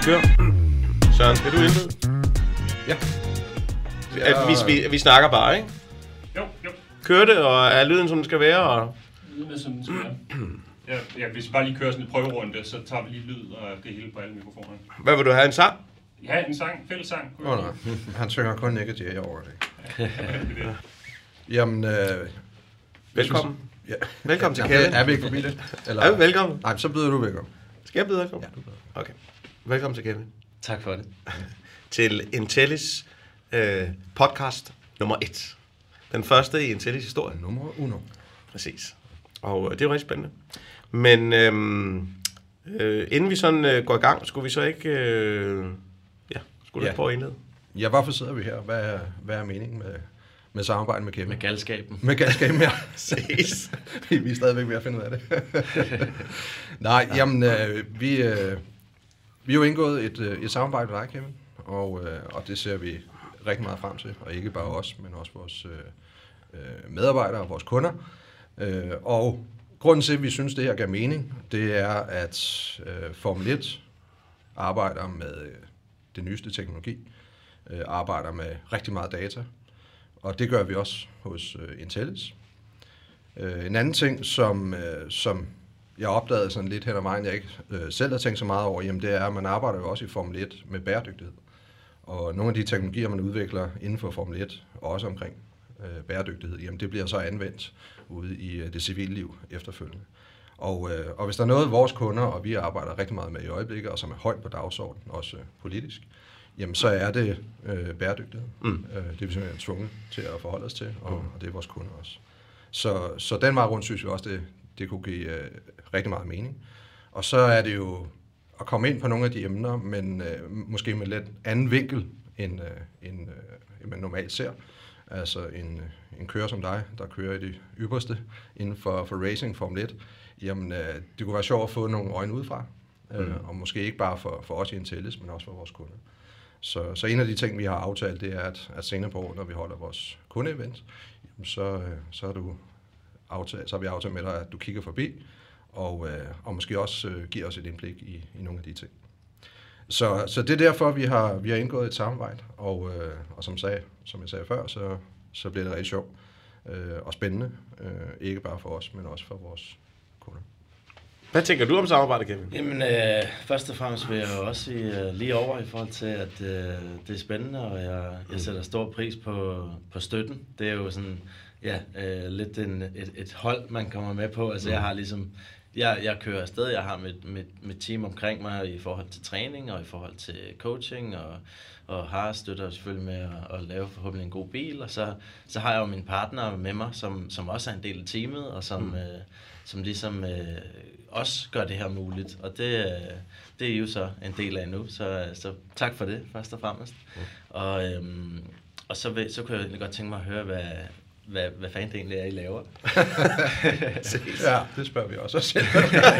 Kør. Søren, skal du indlede? Ja. Vi snakker bare, ikke? Jo. Kører det, og er lyden, som den skal være? Og... Lyden er, som den skal være. Ja, hvis vi bare lige kører sådan en prøverunde, så tager vi lige lyd og det hele på alle mikrofonerne. Hvad vil du have, en sang? Ja, en sang. Fællessang. Nej. Han synger kun Nick Jay over det. Jamen, Velkommen. Ja. Velkommen til Kevin. Er vi ikke forbi det? Eller? Er vi velkommen? Nej, så byder du velkommen. Skal jeg byde velkommen? Ja, du byder. Okay. Velkommen til Kevin. Tak for det. Til Intellis podcast nummer 1. Den første i Intellis historie. Nummer 1. Præcis. Og det er jo rigtig spændende. Men inden vi sådan går i gang, skulle vi så ikke... skulle du ikke prøve at indlede? Ja, hvorfor sidder vi her? Hvad er meningen med samarbejde med Kevin? Med galskaben. Med galskaben, ja. Ses. Vi er stadigvæk ved at finde ud af det. Nej, jamen, vi har jo indgået et samarbejde med dig, Kevin, og det ser vi rigtig meget frem til, og ikke bare os, men også vores medarbejdere og vores kunder. Og grunden til, at vi synes, det her giver mening, det er, at Formel 1 arbejder med det nyeste teknologi, arbejder med rigtig meget data, og det gør vi også hos Intellis. En anden ting, som jeg opdagede sådan lidt hen ad vejen, jeg ikke selv har tænkt så meget over, jamen det er, at man arbejder jo også i Formel 1 med bæredygtighed. Og nogle af de teknologier, man udvikler inden for Formel 1, også omkring bæredygtighed, jamen det bliver så anvendt ude i det civile liv efterfølgende. Og hvis der er noget, vores kunder og vi arbejder rigtig meget med i øjeblikket, og som er højt på dagsordenen, også politisk, jamen så er det bæredygtighed. Det er vi simpelthen tvunget til at forholde os til, og det er vores kunder også. Så den vej rundt synes vi også, det kunne give rigtig meget mening. Og så er det jo at komme ind på nogle af de emner, men måske med lidt anden vinkel, end man normalt ser. Altså en kører som dig, der kører i det ypperste inden for racing, Formel 1, jamen det kunne være sjovt at få nogle øjne udefra. Og måske ikke bare for os i Intellis, men også for vores kunder. Så en af de ting, vi har aftalt, det er, at senere på året, når vi holder vores kundeevent, så har vi aftalt med dig, at du kigger forbi, og måske også giver os et indblik i nogle af de ting. Så det er derfor, vi har indgået et samarbejde, og som jeg sagde før, så bliver det rigtig sjovt og spændende, ikke bare for os, men også for vores kunder. Hvad tænker du om samarbejdet, Kevin? Jamen, først og fremmest vil jeg jo også sige lige over i forhold til, at det er spændende, og jeg sætter stor pris på støtten. Det er jo sådan, lidt et hold, man kommer med på. Altså, jeg har ligesom, jeg kører afsted, jeg har mit team omkring mig i forhold til træning, og i forhold til coaching, og har støtter selvfølgelig med at lave forhåbentlig en god bil, og så har jeg jo mine partnere med mig, som også er en del af teamet, og som ligesom også gør det her muligt, og det er jo så en del af nu, så tak for det, først og fremmest. Og så kunne jeg egentlig godt tænke mig at høre, hvad fanden det egentlig er, I laver. Ja, det spørger vi også selv.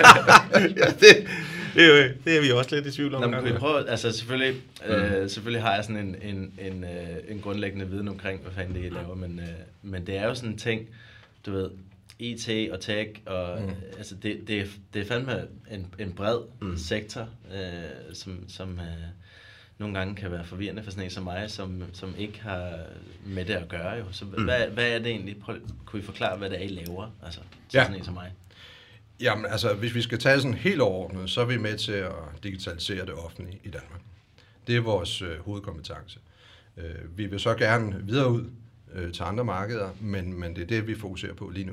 det er vi også lidt i tvivl om. Nå, men prøve, altså selvfølgelig har jeg sådan en grundlæggende viden omkring, hvad fanden det er, I laver, men det er jo sådan en ting, du ved, IT og tech, og altså det er fandme en bred sektor, som nogle gange kan være forvirrende for sådan en som mig, som ikke har med det at gøre jo. Så hvad er det egentlig? Kunne I forklare, hvad det er, I laver? Altså, sådan en som mig. Jamen, altså, hvis vi skal tage sådan helt overordnet, så er vi med til at digitalisere det offentlige i Danmark. Det er vores hovedkompetence. Vi vil så gerne videre ud til andre markeder, men det er det, vi fokuserer på lige nu.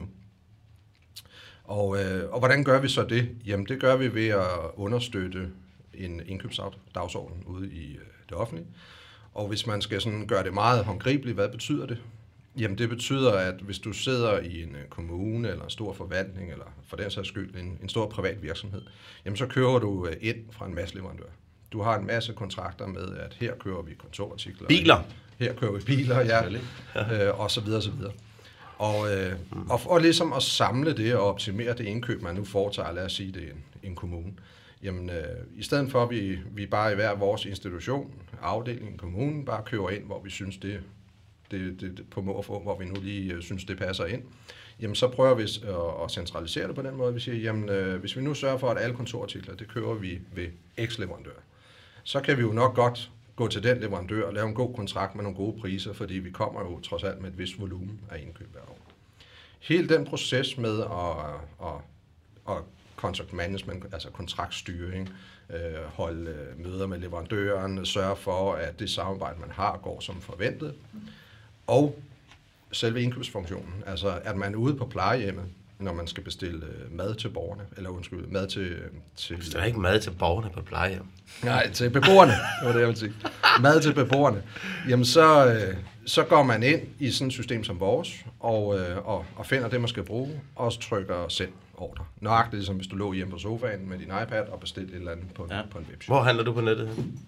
Og hvordan gør vi så det? Jamen, det gør vi ved at understøtte en indkøbsdagsorden ude i det offentlige. Og hvis man skal sådan gøre det meget håndgribeligt, hvad betyder det? Jamen, det betyder, at hvis du sidder i en kommune eller en stor forvaltning, eller for den sags skyld en stor privat virksomhed, jamen så kører du ind fra en masse leverandør. Du har en masse kontrakter med, at her kører vi kontorartikler. Biler. Her kører vi biler, ja. Og så videre, og så videre. Og ligesom at samle det og optimere det indkøb, man nu foretager, lad os sige det en kommune. Jamen, i stedet for, at vi bare i hver vores institution, afdeling, kommunen, bare kører ind, hvor vi synes, det på må og få, hvor vi nu lige synes, det passer ind, jamen så prøver vi at centralisere det på den måde. Vi siger, jamen, hvis vi nu sørger for, at alle kontorartikler, det kører vi ved X-leverandør, så kan vi jo nok godt gå til den leverandør og lave en god kontrakt med nogle gode priser, fordi vi kommer jo trods alt med et vist volumen af indkøb hver år. Hele den proces med at contract management, altså kontraktstyring, holde møder med leverandøren, sørge for, at det samarbejde, man har, går som forventet, og selve indkøbsfunktionen, altså at man er ude på plejehjemmet, når man skal bestille mad til borgerne, eller undskyld, mad til... Der er ikke mad til borgerne på plejehjem. Nej, til beboerne, det var det, jeg ville sige. Mad til beboerne. Jamen, så går man ind i sådan et system som vores, og finder det, man skal bruge, og trykker send ordre. Nøjagtigt ligesom hvis du lå hjemme på sofaen med din iPad og bestilte et eller andet på en webshop. Hvor handler du på nettet?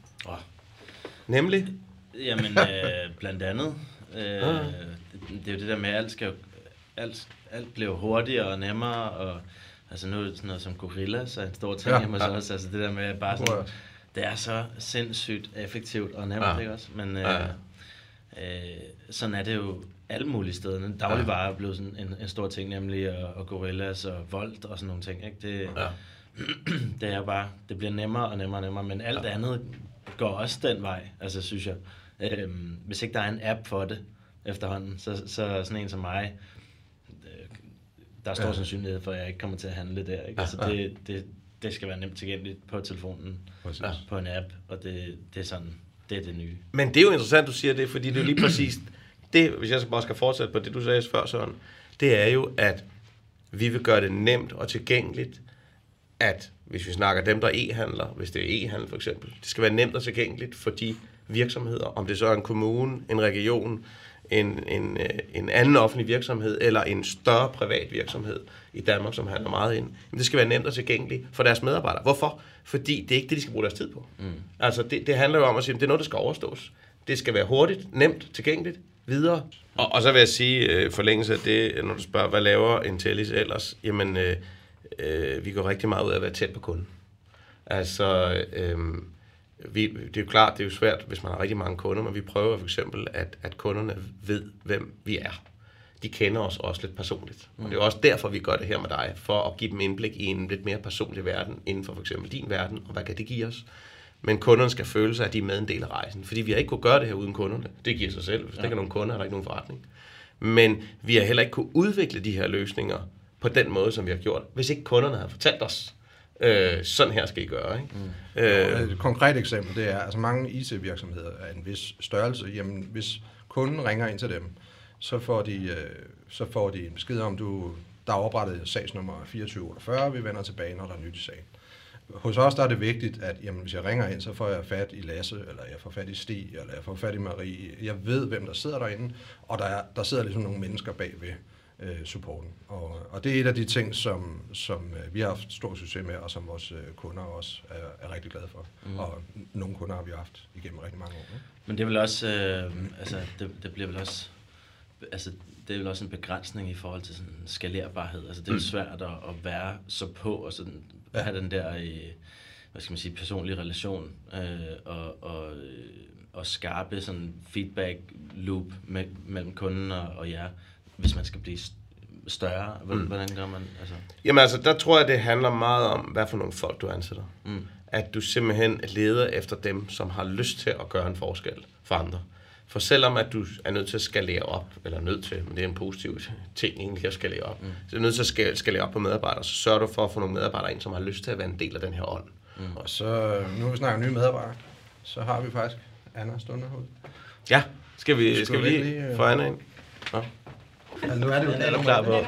Nemlig? Jamen, blandt andet. Det er jo det der med, at alt bliver hurtigere og nemmere, og altså nu sådan noget som Gorilla, så en stor ting hjemme hos os, altså det der med bare sådan, det er så sindssygt effektivt og nemt, ikke også? Men sådan er det jo alle mulige steder. Dagligvarer er blevet sådan en stor ting, nemlig og Gorillas og Volt og sådan nogle ting, ikke? Det er bare, det bliver nemmere og nemmere og nemmere, men alt andet går også den vej, altså synes jeg. Hvis ikke der er en app for det efterhånden, så sådan en som mig, der er stor sandsynlighed for, at jeg ikke kommer til at handle der. Ikke? Altså det skal være nemt tilgængeligt på telefonen, på en app, og det er sådan, det er det nye. Men det er jo interessant, du siger det, fordi det er jo lige præcis det, hvis jeg bare skal fortsætte på det, du sagde før, Søren, det er jo, at vi vil gøre det nemt og tilgængeligt, at hvis vi snakker dem, der e-handler, hvis det er e-handel for eksempel, det skal være nemt og tilgængeligt for de virksomheder, om det så er en kommune, en region, en anden offentlig virksomhed eller en større privat virksomhed i Danmark, som handler meget ind. Men det skal være nemt og tilgængeligt for deres medarbejdere. Hvorfor? Fordi det er ikke det, de skal bruge deres tid på. Altså det handler jo om at sige, at det er noget, der skal overstås. Det skal være hurtigt, nemt, tilgængeligt, videre. Og så vil jeg sige, forlængelse af det, når du spørger, hvad laver Intellis ellers? Jamen, vi går rigtig meget ud af at være tæt på kunden. Altså, det er jo klart, det er jo svært, hvis man har rigtig mange kunder, men vi prøver for eksempel, at kunderne ved, hvem vi er. De kender os også lidt personligt. Og det er også derfor, vi gør det her med dig, for at give dem indblik i en lidt mere personlig verden, inden for eksempel din verden, og hvad kan det give os? Men kunderne skal føle sig, at de er med en del af rejsen. Fordi vi har ikke kunne gøre det her uden kunderne. Det giver sig selv. Hvis der ikke er nogen kunder, er der ikke nogen forretning. Men vi har heller ikke kunne udvikle de her løsninger på den måde, som vi har gjort, hvis ikke kunderne har fortalt os, sådan her skal I gøre. Ikke? Et konkret eksempel, det er, altså mange IT-virksomheder af en vis størrelse, jamen hvis kunden ringer ind til dem, så får de en besked om, der er oprettet sagsnummer 2448, vi vender tilbage, når der er nyt i sagen. Hos os der er det vigtigt, at jamen, hvis jeg ringer ind, så får jeg fat i Lasse, eller jeg får fat i Stig, eller jeg får fat i Marie. Jeg ved, hvem der sidder derinde, og der sidder ligesom nogle mennesker bagved supporten. Og det er et af de ting, som vi har haft stor succes med, og som vores kunder også er rigtig glade for. Og nogle kunder har vi haft igennem rigtig mange år. Ikke? Men det er vel også, det bliver vel også, altså det er vel også en begrænsning i forhold til sådan skalerbarhed. Altså det er jo svært at være så på og sådan have den der, hvad skal man sige, personlige relation og skarpe sådan feedback loop mellem kunden og jer, hvis man skal blive større. Hvordan gør man? Altså? Jamen altså, der tror jeg, det handler meget om, hvad for nogle folk du ansætter. At du simpelthen leder efter dem, som har lyst til at gøre en forskel for andre. For selvom at du er nødt til at skalere op, eller nødt til, men det er en positiv ting egentlig at skalere op, så er du nødt til at skalere op på medarbejdere, så sørger du for at få nogle medarbejdere ind, som har lyst til at være en del af den her ånd. Og så, nu vi snakker nye medarbejdere, så har vi faktisk Anna stående herude. Ja, skal vi lige få Anna ind? Ja. Altså, nu er det jo er du klar på.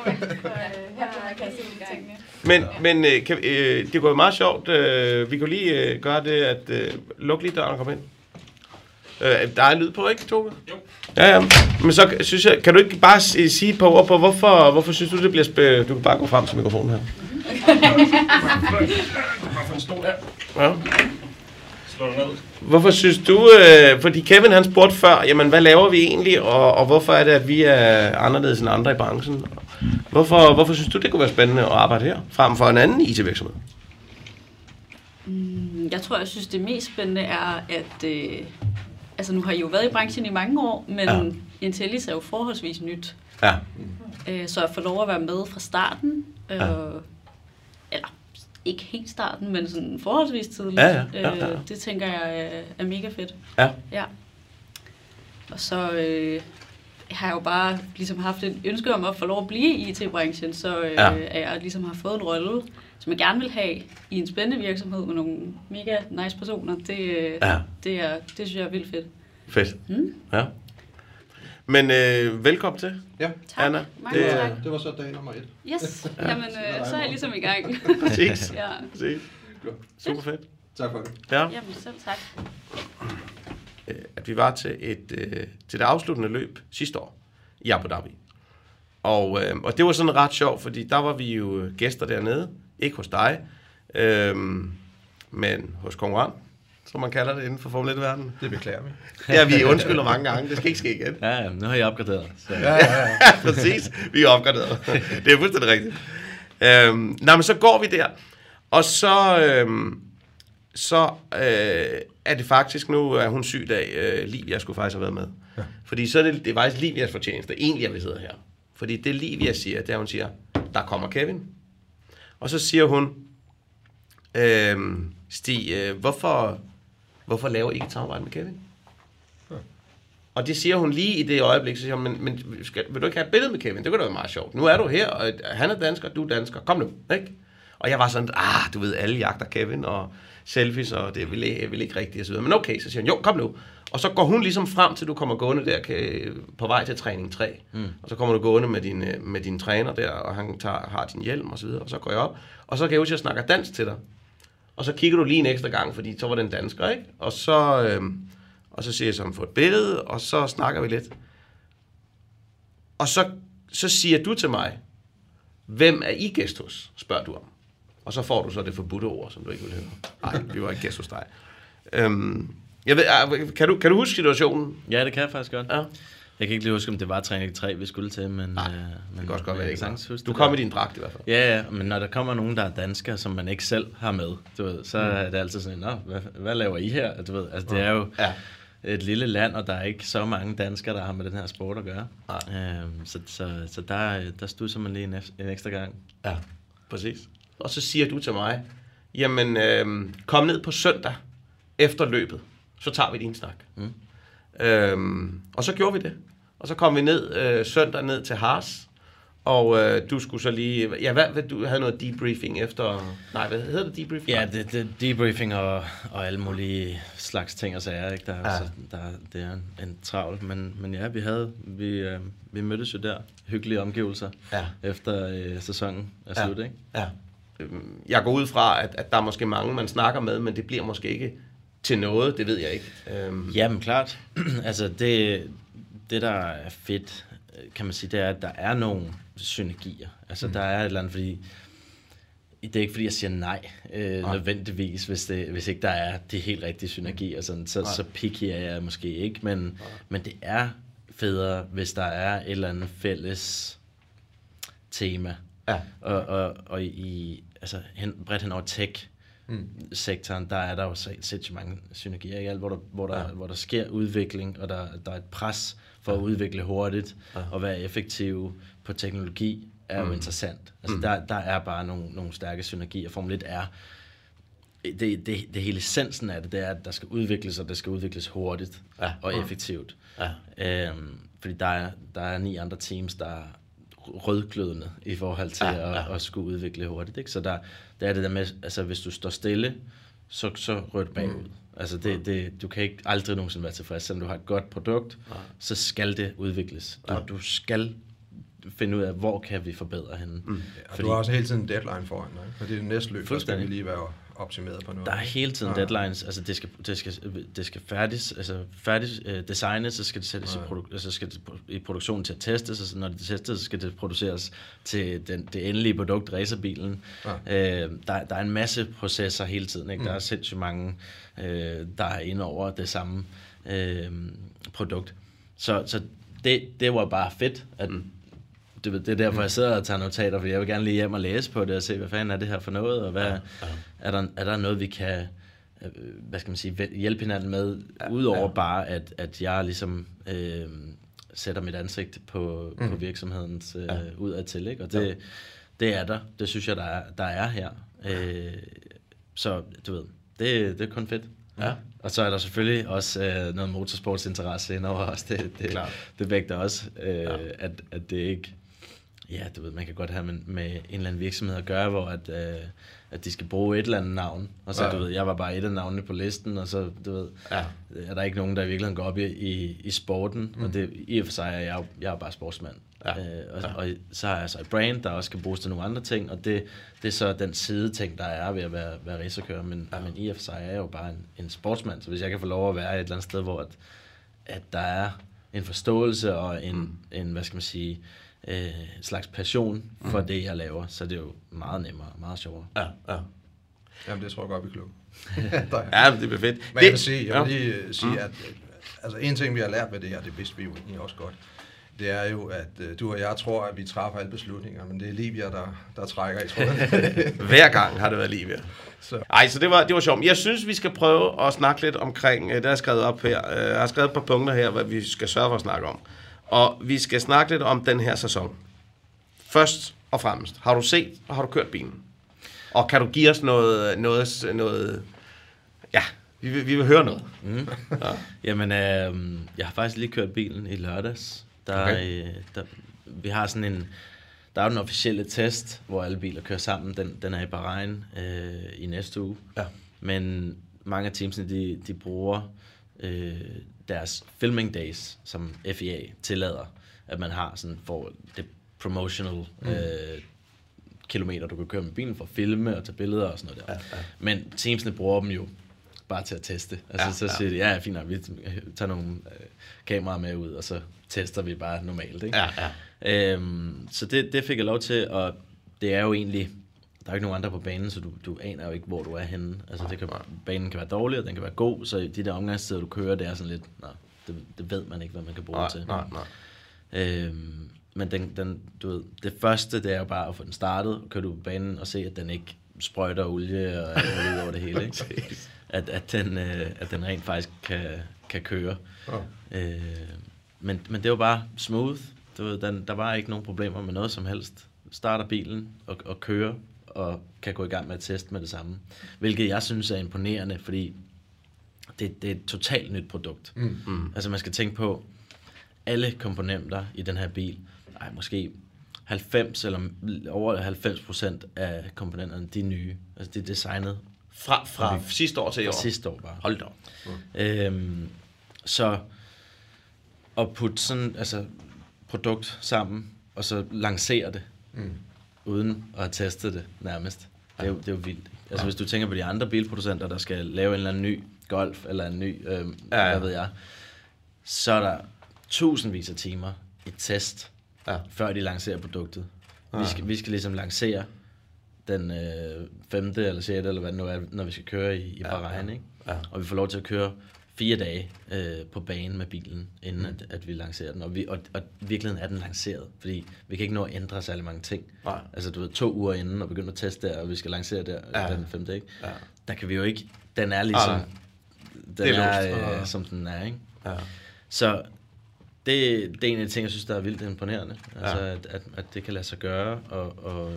Men det går jo meget sjovt. Vi kan lige gøre det, at lukke lige døren og komme ind. Der er lyd på, ikke, Toge? Jo. Ja. Men så synes jeg, kan du ikke bare sige et par ord på, hvorfor synes du, det bliver spændende? Du kan bare gå frem til mikrofonen her. Bare få en stol her. Ja. Slå dig ned. Hvorfor synes du, fordi Kevin han spurgte før, jamen hvad laver vi egentlig, og hvorfor er det, at vi er anderledes end andre i branchen? Hvorfor synes du, det kunne være spændende at arbejde her, frem for en anden IT-virksomhed? Jeg tror, jeg synes, det mest spændende er, at altså nu har I jo været i branchen i mange år, men Intellis er jo forholdsvis nyt. Så at få lov at være med fra starten, eller ikke helt starten, men sådan forholdsvis tidligt. Ja. Det tænker jeg er mega fedt. Ja. Og så har jeg jo bare ligesom haft et ønske om at få lov at blive i IT-branchen, så at jeg ligesom har fået en rolle, som jeg gerne vil have i en spændende virksomhed med nogle mega nice personer. Det synes jeg er vildt fedt. Fedt. Ja. Men velkommen til, Tak. Anna. Mange tak. Det var så dag nummer 1. Yes, jamen så er jeg ligesom i gang. Præcis. Ja. Præcis. Super fedt. Tak for det. Ja. Jamen selv tak. At vi var til det afsluttende løb sidste år i Abu Dhabi. Og det var sådan ret sjovt, fordi der var vi jo gæster dernede. Ikke hos dig, men hos konkurrent, som man kalder det inden for Formel 1-verdenen. Det beklager vi. Ja, vi undskylder mange gange. Det skal ikke ske igen. Ja, nu har jeg opgraderet. Så. Ja. Præcis. Vi er opgraderet. Det er fuldstændig rigtigt. Men så går vi der, og så er det faktisk, nu er hun syg af Livia skulle faktisk have været med. Ja. Fordi så er det er faktisk Livias fortjeneste, egentlig at vi sidder her. Fordi det Livia siger, det er, hun siger, der kommer Kevin. Og så siger hun, Stig, hvorfor laver I ikke et samarbejde med Kevin? Ja. Og det siger hun lige i det øjeblik, så siger hun, men vil du ikke have et billede med Kevin? Det kunne da være meget sjovt. Nu er du her, og han er dansker, du er dansker. Kom nu, ikke? Og jeg var sådan, du ved, alle jagter Kevin, og selfies, og det vil ikke rigtigt, og så videre. Men okay, så siger hun, jo, kom nu. Og så går hun ligesom frem til, du kommer gående der på vej til træning 3. Og så kommer du gående med din træner der, og han har din hjelm, og så videre. Og så går jeg op, og så kan jeg huske, at jeg snakker dansk til dig. Og så kigger du lige en ekstra gang, fordi så var den dansker, ikke? Og så siger jeg så, få et billede, og så snakker vi lidt. Og så siger du til mig, hvem er I gæst hos, spørger du om. Og så får du så det forbudte ord, som du ikke vil høre. Nej, vi var ikke gæst hos dig. Jeg ved, kan du huske situationen? Ja, det kan jeg faktisk godt. Ja. Jeg kan ikke lige huske, om det var træning 3, vi skulle til, men... Nej, det kan også godt være, ikke. Du det kom i din dragt i hvert fald. Ja, men når der kommer nogen, der er danskere, som man ikke selv har med, du ved, så er det altid sådan, hvad laver I her? Du ved, altså, det er jo et lille land, og der er ikke så mange danskere, der har med den her sport at gøre. Så der studser man lige en ekstra gang. Ja, præcis. Og så siger du til mig, jamen, kom ned på søndag efter løbet, så tager vi din snak. Og så gjorde vi det. Og så kom vi ned søndag ned til Haas, og du skulle så lige... Ja, du havde noget debriefing efter... Nej, hvad hedder det debriefing? Ja, det debriefing og alle mulige slags ting og sager, ikke? Det er en travl, men ja, vi mødtes jo der. Hyggelige omgivelser efter sæsonen er slut, ikke? Ja. Jeg går ud fra, at der er måske mange, man snakker med, men det bliver måske ikke til noget, det ved jeg ikke. Jamen klart, altså det der er fedt, kan man sige, det er, at der er nogle synergier. Altså der er et eller andet, fordi det er ikke fordi, jeg siger nej nødvendigvis, hvis ikke der er de helt rigtige synergier, sådan, så picky er jeg måske ikke, men det er federe, hvis der er et eller andet fælles tema. Ja. Og i altså bredt hen over tech-sektoren, der er der jo sindssygt mange synergier, ikke? Hvor der sker udvikling, og der er et pres for at udvikle hurtigt og være effektiv på teknologi, er jo interessant. Altså der er bare nogle stærke synergier. Formel 1 er det hele essensen af det er, at der skal udvikles, og det skal udvikles hurtigt og effektivt. Fordi der er 9 andre teams, der er rødglødende i forhold til at skulle udvikle hurtigt, ikke? Så der er det der med, altså hvis du står stille, så rødt bagud. Altså du kan ikke aldrig nogensinde være tilfreds, selvom du har et godt produkt, så skal det udvikles. Du skal finde ud af, hvor kan vi forbedre henne. Fordi du har også hele tiden en deadline foran dig, fordi det næste løb, der skal vi lige være optimeret på noget. Der er hele tiden deadlines, altså det skal færdigt designet, så skal det sættes i produktion til at testes, og så når det testes, så skal det produceres til det endelige produkt, racerbilen. Der er en masse processer hele tiden, ikke? Der er sindssygt mange, der er inde over det samme produkt. Så det var bare fedt, at det er derfor, jeg sidder og tager notater, fordi jeg vil gerne lige hjem og læse på det og se, hvad fanden er det her for noget, og hvad er der noget, vi kan hvad skal man sige, hjælpe hinanden med, udover bare, at jeg ligesom sætter mit ansigt på virksomhedens udadtil, ikke? Og det er der. Det synes jeg, der er her. Så du ved, det er kun fedt. Ja. Og så er der selvfølgelig også noget motorsportsinteresse indover os. Det vægter også, at det ikke... Ja, du ved, man kan godt have med en eller anden virksomhed at gøre, hvor at de skal bruge et eller andet navn. Og så, du ved, jeg var bare et af navnene på listen, og så, du ved, er der ikke nogen, der i virkeligheden går op i sporten. Og det, i og for sig er jeg er bare sportsmand. Og så har jeg så et brand, der også skal bruges til nogle andre ting, og det er så den side ting, der er ved at være racerkører. Men i og for sig er jeg jo bare en sportsmand, så hvis jeg kan få lov at være et eller andet sted, hvor at der er en forståelse og en hvad skal man sige, en slags passion for det, jeg laver, så det er jo meget nemmere, meget sjovere. Ja. Jamen, det tror jeg godt, vi kloge. Ja, det bliver fedt. Men jeg vil lige sige, at altså, en ting, vi har lært ved det her, det vidste vi jo egentlig også godt, det er jo, at du og jeg tror, at vi træffer alle beslutninger, men det er Livia, der trækker i tråden. Hver gang har det været Livia. Så det var sjovt. Jeg synes, vi skal prøve at snakke lidt omkring, det har jeg skrevet op her, jeg har skrevet et par punkter her, hvad vi skal sørge for at snakke om. Og vi skal snakke lidt om den her sæson. Først og fremmest, har du set, og har du kørt bilen? Og kan du give os noget ja, vi vil høre noget. Ja. Jamen, jeg har faktisk lige kørt bilen i lørdags. Vi har sådan en, der er jo den officielle test, hvor alle biler kører sammen. Den er i Bahrain i næste uge. Ja. Men mange af teamsene, de bruger deres filming days, som FIA tillader, at man har sådan for det promotional kilometer, du kan køre med bilen for at filme og tage billeder og sådan noget der. Ja. Men teamsene bruger dem jo bare til at teste. Altså så siger de, fint nok, vi tager nogle kameraer med ud, og så tester vi bare normalt, ikke? Så det fik jeg lov til, og det er jo egentlig, der er ikke nogen andre på banen, så du aner jo ikke, hvor du er henne. Altså banen kan være dårlig, og den kan være god, så de der omgangssteder, du kører, det er sådan lidt, det ved man ikke, hvad man kan bruge til. Men du ved, det første, det er jo bare at få den startet, og køre du på banen og se, at den ikke sprøjter olie og alt ud over det hele, ikke? At den rent faktisk kan køre. Men det var bare smooth. Du ved, der var ikke nogen problemer med noget som helst. Starter bilen og kører, og kan gå i gang med at teste med det samme. Hvilket jeg synes er imponerende, fordi det er et totalt nyt produkt. Altså man skal tænke på, alle komponenter i den her bil, måske 90 eller over 90% af komponenterne, de er nye. Altså det er designet fra sidste år til i år? Sidste år bare. Hold da op. Så at putte sådan produkt sammen, og så lancere det, uden at have testet det nærmest. Det er jo vildt. Altså hvis du tænker på de andre bilproducenter, der skal lave en eller anden ny Golf, eller en ny, hvad ved jeg, så er der tusindvis af timer i test, før de lancerer produktet. Vi skal ligesom lancere den 5. eller 6. eller hvad det nu er, når vi skal køre i Bahrain, ikke? Og vi får lov til at køre 4 dage på banen med bilen, inden at vi lancerer den. Og virkeligheden er den lanceret, fordi vi kan ikke nå at ændre særlig mange ting. Altså du ved, 2 uger inden og begynde at teste der, og vi skal lancere der den 5. ikke? Der kan vi jo ikke, den er ligesom, den er som den er, ikke? Så det er en af de ting, jeg synes, der er vildt imponerende. Altså at det kan lade sig gøre, og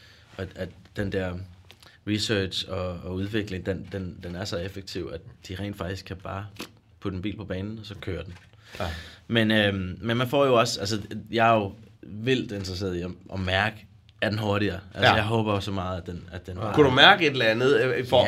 at den der research og udvikling, den er så effektiv, at de rent faktisk kan bare putte en bil på banen, og så kører den. Men man får jo også, altså jeg er jo vildt interesseret i at mærke, er den hurtigere? Altså jeg håber jo så meget, at den Kunne du mærke et eller andet?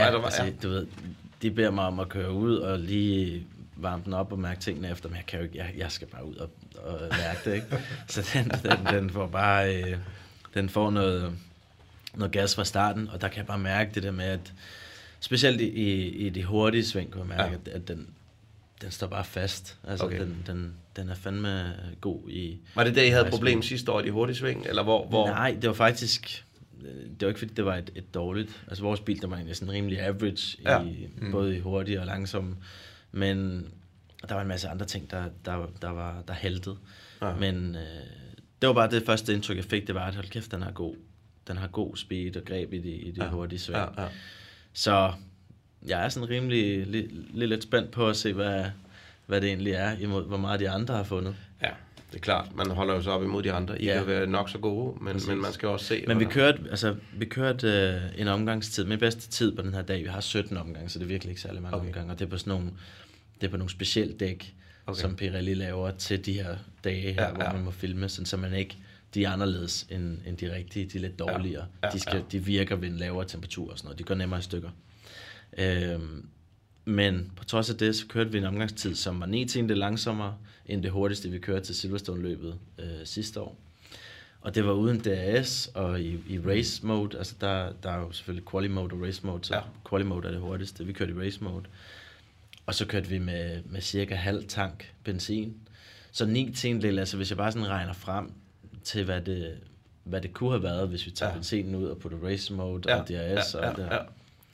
Du ved, de beder mig om at køre ud og lige varme den op og mærke tingene efter, men jeg skal bare ud og mærke det, ikke? Så den får bare, den får noget gas fra starten, og der kan jeg bare mærke det der med, at specielt i de hurtige sving, kan jeg mærke, at den står bare fast. Altså, den er fandme god i... Var det I havde et problem sidste år i de hurtige sving, eller hvor? Nej, det var faktisk... Det var ikke fordi, det var et dårligt... Altså, vores bil, der var egentlig sådan rimelig average, både i hurtige og langsomme, men der var en masse andre ting, der haltede. Men det var bare det første indtryk, jeg fik, det var, at hold kæft, den er god. Den har god speed og greb i de hurtige sving. Så jeg er sådan rimelig lidt spændt på at se, hvad det egentlig er, imod hvor meget de andre har fundet. Ja, det er klart. Man holder jo så op imod de andre. I kan være nok så gode, men man skal også se. Men vi kørte en omgangstid. Min bedste tid på den her dag, vi har 17 omgange, så det er virkelig ikke særlig mange omgange. Og det er på sådan nogle specielle dæk, som Pirelli laver til de her dage her, hvor man må filme, så man ikke, de er anderledes end de rigtige, de er lidt dårligere. De virker ved en lavere temperatur og sådan noget. De går nemmere i stykker. Men på trods af det, så kørte vi en omgangstid, som var 9/10 langsommere end det hurtigste, vi kørte til Silverstone-løbet sidste år. Og det var uden DRS og i race mode. Altså der er jo selvfølgelig quali mode og race mode, så quali mode er det hurtigste. Vi kørte i race mode. Og så kørte vi med cirka halv tank benzin. Så 9/10, altså hvis jeg bare sådan regner frem til, hvad det kunne have været, hvis vi tager benzinen ud og putter race mode og DRS og det her.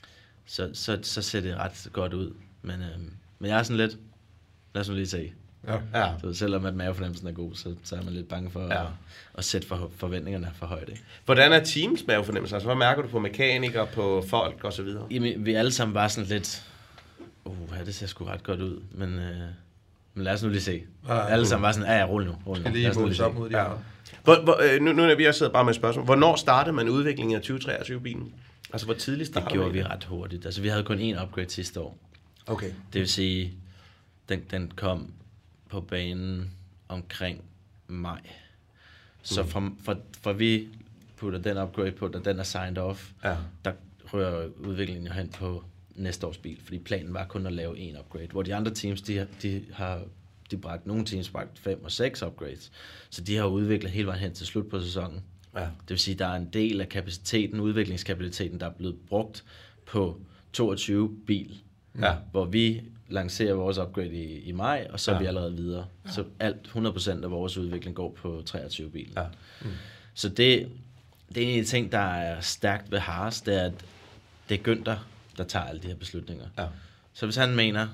Så ser det ret godt ud. Men jeg er sådan lidt, lad os nu lige se. Ja. Så selvom at mavefornemmelsen er god, så er man lidt bange for at sætte forventningerne for højt. Ikke? Hvordan er teams mavefornemmelse? Altså, hvad mærker du på mekanikere, på folk og så videre? Jamen, vi alle sammen var sådan lidt, det ser sgu ret godt ud, men lad os nu lige se. Alle sammen var sådan, rulle nu. Lige måles op mod de her. Nu når vi har siddet bare med et spørgsmål. Hvornår startede man udviklingen af 2023-bilen? Altså, hvor tidligt startede det gjorde vi ret hurtigt. Altså, vi havde kun én upgrade sidste år. Okay. Det vil sige, den kom på banen omkring maj. Så fra vi putter den upgrade på, da den er signed off, der rører udviklingen hen på næste års bil, fordi planen var kun at lave en upgrade, hvor de andre teams, nogle teams bragt 5 og 6 upgrades, så de har udviklet hele vejen hen til slut på sæsonen. Ja. Det vil sige, der er en del af kapaciteten, udviklingskapaciteten, der er blevet brugt på 22 bil, hvor vi lancerer vores upgrade i maj, og så er vi allerede videre. Så alt 100% af vores udvikling går på 23 bil. Ja. Så det er en af de ting, der er stærkt ved Haas, det er, at det er Günther, der tager alle de her beslutninger. Ja. Så hvis han mener,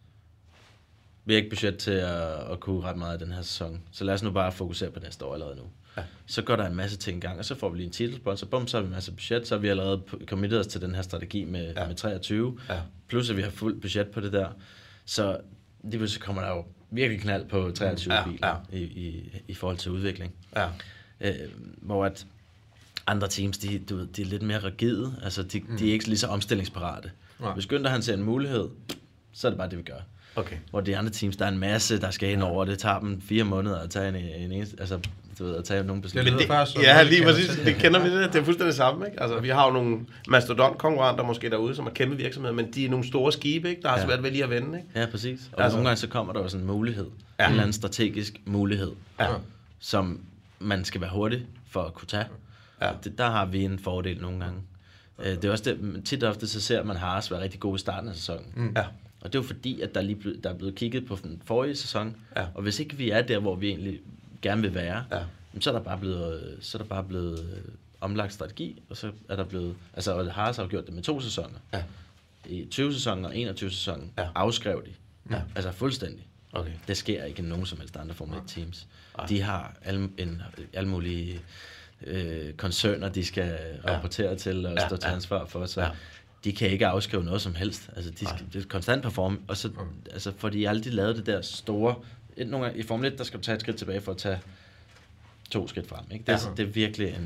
vi har ikke budget til at kunne ret meget i den her sæson, så lad os nu bare fokusere på næste år allerede nu. Ja. Så går der en masse ting i gang, og så får vi lige en titelsponsor, bum, så har vi en masse budget, så har vi allerede committet os til den her strategi med 23, plus at vi har fuldt budget på det der. Så så kommer der jo virkelig knald på 23 biler i forhold til udvikling. Ja. Hvor at andre teams, de er lidt mere rigide, altså de er ikke lige så omstillingsparate. Ja. Hvis Günther han ser en mulighed, så er det bare det, vi gør. Okay. Hvor de andre teams, der er en masse, der skal ind over, det tager dem 4 måneder at tage at tage nogle beslutninger. Lige præcis. Det kender vi det. Det er fuldstændig det samme, ikke? Altså, vi har jo nogle mastodont-konkurrenter måske derude, som er kæmpe virksomheder, men de er nogle store skibe, ikke? Der har svært ved lige at vende, ikke? Ja, præcis. Og nogle gange så kommer der jo sådan en mulighed. En eller anden strategisk mulighed, som man skal være hurtig for at kunne tage. Ja. Der har vi en fordel nogle gange. Det er også det, tit og ofte så ser man Haas være rigtig god i starten af sæsonen. Ja. Og det er jo fordi, at der er blevet kigget på den forrige sæson, og hvis ikke vi er der, hvor vi egentlig gerne vil være, så er der bare blevet omlagt strategi, og så er der blevet, og Haas har gjort det med 2 sæsoner. Ja. I 20-sæsonen og 21-sæsonen afskrev de. Ja. Altså fuldstændig. Okay. Det sker ikke i nogen som helst andre Formel 1 teams. De har alle mulige koncerner, de skal rapportere til og stå til ansvar for, så de kan ikke afskrive noget som helst. Altså, de skal konstant performe, og så, for de aldrig lavet det der store. Nogle gange, i Formel 1, der skal du tage et skridt tilbage for at tage 2 skridt frem. Ikke? Det er virkelig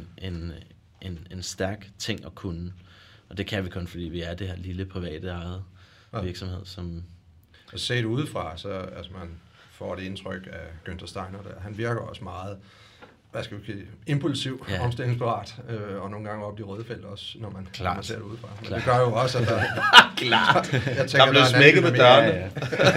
en stærk ting at kunne. Og det kan vi kun, fordi vi er det her lille private eget virksomhed, som... Og set udefra, så man får det indtryk af Günther Steiner, der han virker også meget impulsiv, omstillingsparat, og nogle gange op de røde felt også, når man ser det udefra. Men det gør jo også, at der... Klart! Der blev smækket med dørene.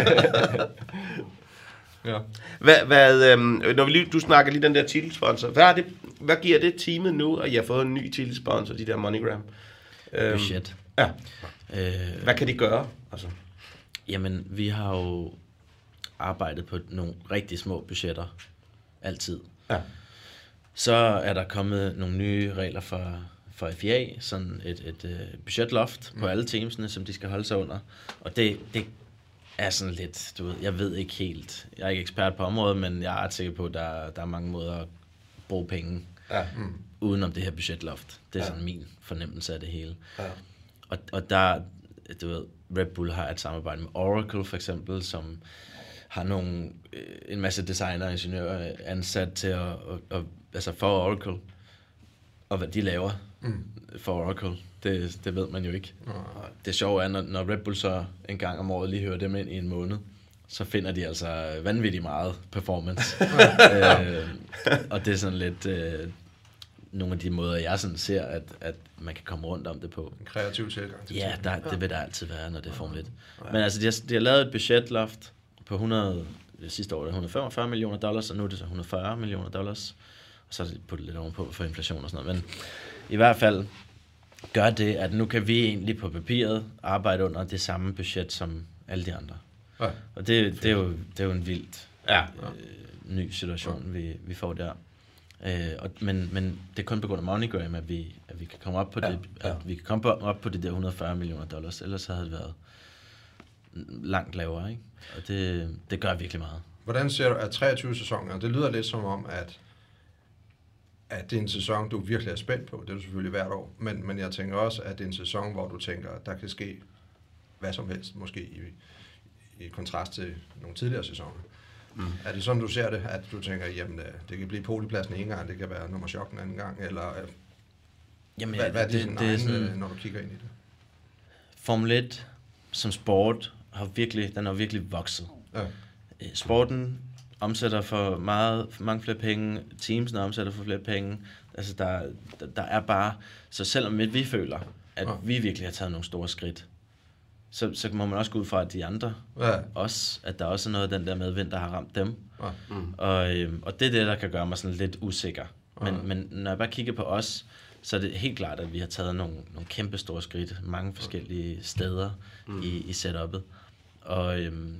Når du snakker lige den der titelsponsor, hvad giver det teamet nu, at I har fået en ny titelsponsor, de der MoneyGram? Budget. Ja. Hvad kan de gøre? Altså? Jamen, vi har jo arbejdet på nogle rigtig små budgetter. Altid. Ja. Så er der kommet nogle nye regler for FIA, sådan et budgetloft på alle teamsene, som de skal holde sig under. Og det er sådan lidt, jeg ved ikke helt, jeg er ikke ekspert på området, men jeg er ret sikker på, at der er mange måder at bruge penge udenom det her budgetloft. Det er sådan min fornemmelse af det hele. Ja. Og der, Red Bull har et samarbejde med Oracle for eksempel, som har en masse designer og ingeniører ansat til altså for Oracle, og hvad de laver for Oracle, det ved man jo ikke. Det sjove er, når Red Bull så en gang om året lige hører dem ind i en måned, så finder de altså vanvittigt meget performance. Og det er sådan lidt nogle af de måder, jeg sådan ser, at man kan komme rundt om det på. En kreativ tilgang til det vil der altid være, når det er Formel 1. Men altså, de har lavet et budgetloft på sidste år $145 million, og nu er det så $140 million, og så er det puttet lidt ovenpå for inflation og sådan noget. Men i hvert fald gør det, at nu kan vi egentlig på papiret arbejde under det samme budget som alle de andre. Ja. Og det er jo en vildt ny situation, vi får der. Men det er kun på grund af MoneyGram, at vi kan komme op på det, at vi kan komme op på det der $140 million, ellers så havde det været langt lavere, ikke? Og det gør virkelig meget. Hvordan ser du, at 23 sæsoner, det lyder lidt som om, at det er en sæson, du virkelig er spændt på. Det er du selvfølgelig hvert år. Men jeg tænker også, at det er en sæson, hvor du tænker, at der kan ske hvad som helst, måske i kontrast til nogle tidligere sæsoner. Er det sådan, du ser det, at du tænker, jamen, det kan blive polipladsen en gang, det kan være nummer chok en anden gang, eller jamen, hvad er det sådan, når du kigger ind i det? Formel 1 som sport har virkelig vokset. Ja. Sporten omsætter for mange flere penge, teamsene omsætter for flere penge. Altså der er bare, så selvom vi føler, at vi virkelig har taget nogle store skridt, så må man også gå ud fra, at de andre også, at der også er noget af den der medvind, der har ramt dem. Og det er det, der kan gøre mig sådan lidt usikker. Men når jeg bare kigger på os, så er det helt klart, at vi har taget nogle kæmpe store skridt, mange forskellige steder i setup'et. Og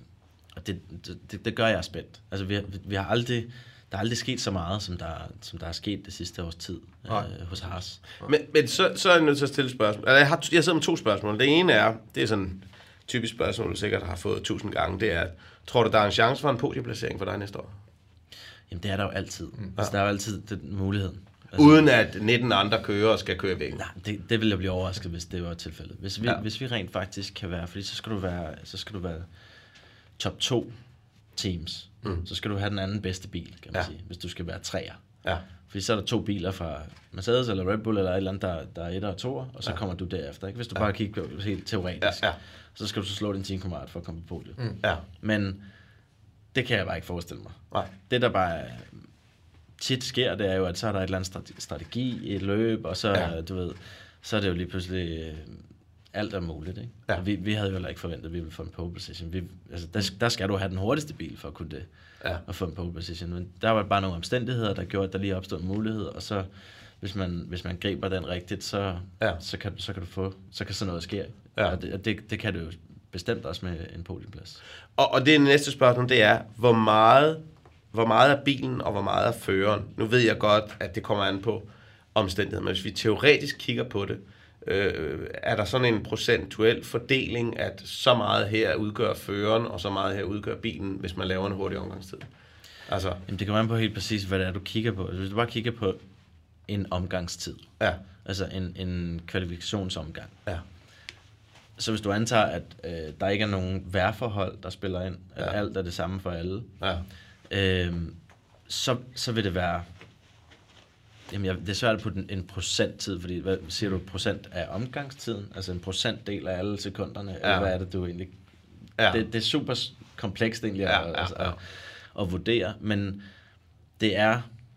det gør jeg spændt. Altså vi har aldrig, der er aldrig sket så meget, som der er sket det sidste års tid hos Haas. Men så er jeg nødt til at stille et spørgsmål. Altså, jeg sidder med 2 spørgsmål. Det ene er, det er sådan et typisk spørgsmål, du sikkert har fået 1000 gange, det er, tror du, der er en chance for en podieplacering for dig næste år? Jamen, det er der jo altid. Altså, der er jo altid den mulighed. Altså, uden at 19 andre kører skal køre væk? Nej, det vil jeg blive overrasket, hvis det var tilfældet. Hvis vi rent faktisk kan være, fordi så skal du være top 2 teams. Så skal du have den anden bedste bil, kan man sige, hvis du skal være 3'er. Ja. Fordi så er der 2 biler fra Mercedes eller Red Bull eller et eller andet, der er 1'er og 2'er, og så kommer du derefter. Ikke? Hvis du bare kigger helt teoretisk, så skal du så slå din teamkammerat for at komme på podiet. Men det kan jeg bare ikke forestille mig. Nej. Det der bare tit sker, det er jo, at så er der et eller andet strategi i et løb, og så, du ved, så er det jo lige pludselig alt er muligt, ikke? Ja. Vi havde jo heller ikke forventet, at vi ville få en pole position. Der skal du have den hurtigste bil for at kunne det, og få en pole position. Men der var bare nogle omstændigheder, der gjorde, at der lige opstod en mulighed, og så, hvis man griber den rigtigt, så kan sådan noget ske. Ja. Og det kan det jo bestemt også med en podieplads. Og det næste spørgsmål, det er, hvor meget er bilen, og hvor meget er føreren? Nu ved jeg godt, at det kommer an på omstændigheder, men hvis vi teoretisk kigger på det, er der sådan en procentuel fordeling, at så meget her udgør føreren, og så meget her udgør bilen, hvis man laver en hurtig omgangstid? Altså. Jamen, det kommer an på helt præcis, hvad det er, du kigger på. Hvis du bare kigger på en omgangstid, altså en kvalifikationsomgang, så hvis du antager, at der ikke er nogen vejrforhold, der spiller ind, at alt er det samme for alle, så vil det være... Jamen, det er svært på en procenttid, fordi hvad siger du, procent af omgangstiden? Altså en procentdel af alle sekunderne? Eller hvad er det, du egentlig... Det er super komplekst egentlig at vurdere, men det er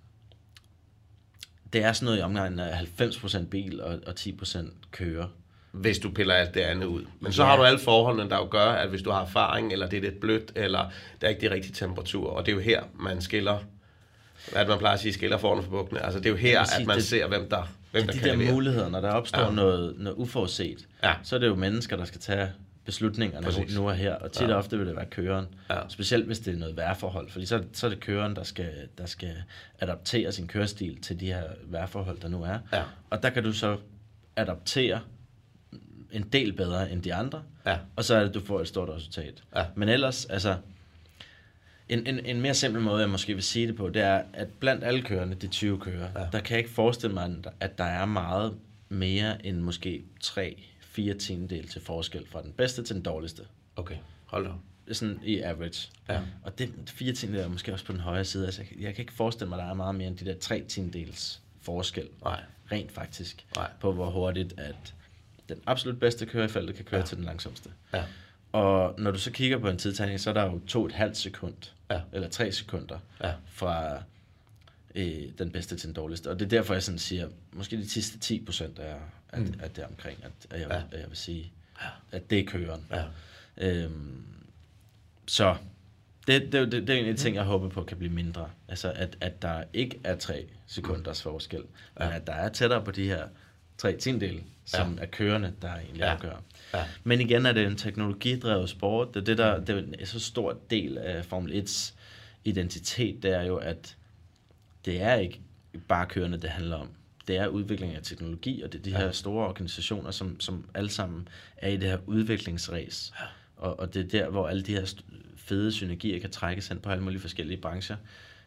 sådan noget i omgangen af 90% bil og 10% kører. Hvis du piller alt det andet ud. Men så har du alle forholdene, der jo gør, at hvis du har erfaring, eller det er lidt blødt, eller der er ikke de rigtige temperaturer, og det er jo her, man skiller... At man plejer at sige, skiller foran for bukkene. Altså, det er jo her, at man ser, hvem der kan de der muligheder, når der opstår noget uforudset, så er det jo mennesker, der skal tage beslutningerne nu og her. Og tit og ofte vil det være køreren. Specielt hvis det er noget vejrforhold. Fordi så er det køreren, der skal adaptere sin kørestil til de her vejrforhold, der nu er. Og der kan du så adaptere en del bedre end de andre. Og så er det, du får et stort resultat. Men ellers, altså... En mere simpel måde, jeg måske vil sige det på, det er, at blandt alle kørende, de 20 kører, der kan jeg ikke forestille mig, at der er meget mere end måske 3-4 tiendedel til forskel fra den bedste til den dårligste. Okay, hold da. sådan i average. Ja. Og det 4/10 er måske også på den højre side. Altså, jeg kan ikke forestille mig, at der er meget mere end de der 3/10 forskel. Nej. Rent faktisk. Nej. På hvor hurtigt, at den absolut bedste kører i feltet kan køre til den langsomste. Ja. Og når du så kigger på en tidtagning, så er der jo 2,5 sekund, eller 3 sekunder fra den bedste til den dårligste. Og det er derfor, jeg sådan siger, måske de sidste 10% er der omkring, at jeg vil sige, at det er køren. Ja. Så det er egentlig en ting, jeg håber på kan blive mindre. Altså, at der ikke er 3 sekunders forskel, men at der er tættere på de her 3/10, som er kørende, der egentlig afgør. Ja. Men igen er det en teknologidrevet sport. Det er en så stor del af Formel 1's identitet, det er jo, at det er ikke bare kørende, det handler om. Det er udvikling af teknologi, og det er de her store organisationer, som alle sammen er i det her udviklingsræs. Ja. Og det er der, hvor alle de her fede synergier kan trækkes hen på alle mulige forskellige brancher.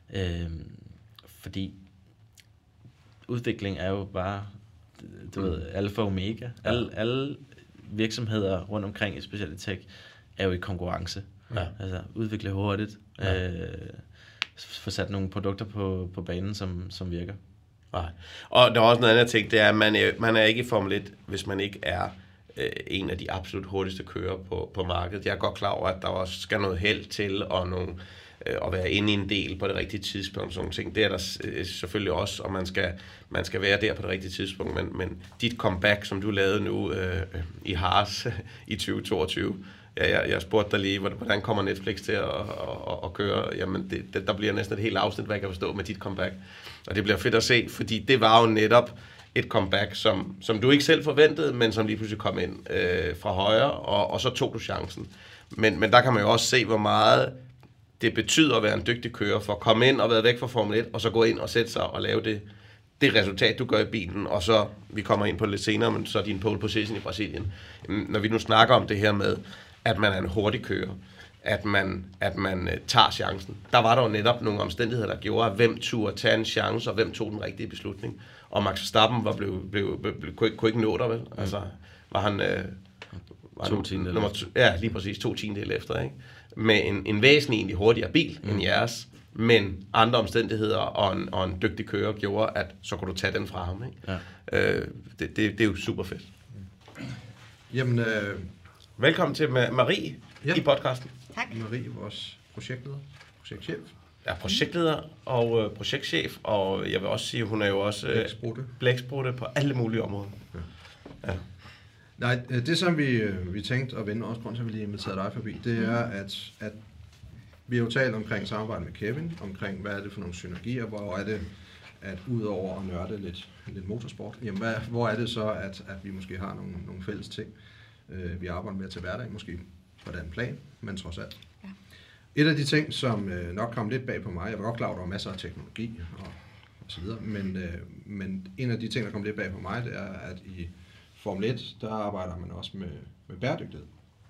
Fordi udvikling er jo bare, du ved, alfa og omega. Alle virksomheder rundt omkring i specielt tech er jo i konkurrence. Ja. Altså udvikle hurtigt. Få sat nogle produkter på banen, som virker. Nej. Og der er også noget andet ting, det er, at man er ikke i Formel 1, hvis man ikke er en af de absolut hurtigste kører på markedet. Jeg er godt klar over, at der også skal noget held til, og at være inde i en del på det rigtige tidspunkt, sådan nogle ting. Det er der selvfølgelig også, og man skal være der på det rigtige tidspunkt, men dit comeback, som du lavede nu i Haas i 2022, jeg spurgte dig lige, hvordan kommer Netflix til at køre? Jamen, der bliver næsten et helt afsnit, hvad jeg kan forstå med dit comeback. Og det bliver fedt at se, fordi det var jo netop et comeback, som du ikke selv forventede, men som lige pludselig kom ind fra højre, og så tog du chancen. Men der kan man jo også se, hvor meget det betyder at være en dygtig kører, for at komme ind og være væk fra Formel 1, og så gå ind og sætte sig og lave det resultat, du gør i bilen, og så, vi kommer ind på det lidt senere, men så din pole position i Brasilien. Når vi nu snakker om det her med, at man er en hurtig kører, at man tager chancen. Der var der jo netop nogle omstændigheder, der gjorde, at hvem turde tage en chance, og hvem tog den rigtige beslutning. Og Max Verstappen kunne ikke nå der, vel? Altså, var han... lige præcis 2/10 efter, ikke? Med en væsentlig egentlig hurtigere bil end jeres, men andre omstændigheder og en dygtig kører gjorde, at så kunne du tage den fra ham, ikke? Ja. Det er jo super fedt. Jamen... Velkommen til Marie i podcasten. Tak. Marie, vores projektleder, projektchef. Ja, projektleder og projektchef, og jeg vil også sige, hun er jo også blæksprutte på alle mulige områder. Ja. Nej, det som vi tænkte at vende, også grund til, at vi lige inviterede dig forbi, det er, at vi har jo talt omkring samarbejde med Kevin, omkring hvad er det for nogle synergier, hvor er det, at udover at nørde lidt motorsport, jamen hvor er det så, at vi måske har nogle fælles ting, vi arbejder med til hverdag, måske på den plan, men trods alt. Ja. Et af de ting, som nok kom lidt bag på mig, jeg var godt klar over, der var masser af teknologi og så videre, men en af de ting, der kom lidt bag på mig, det er, at i Formel 1, der arbejder man også med bæredygtighed.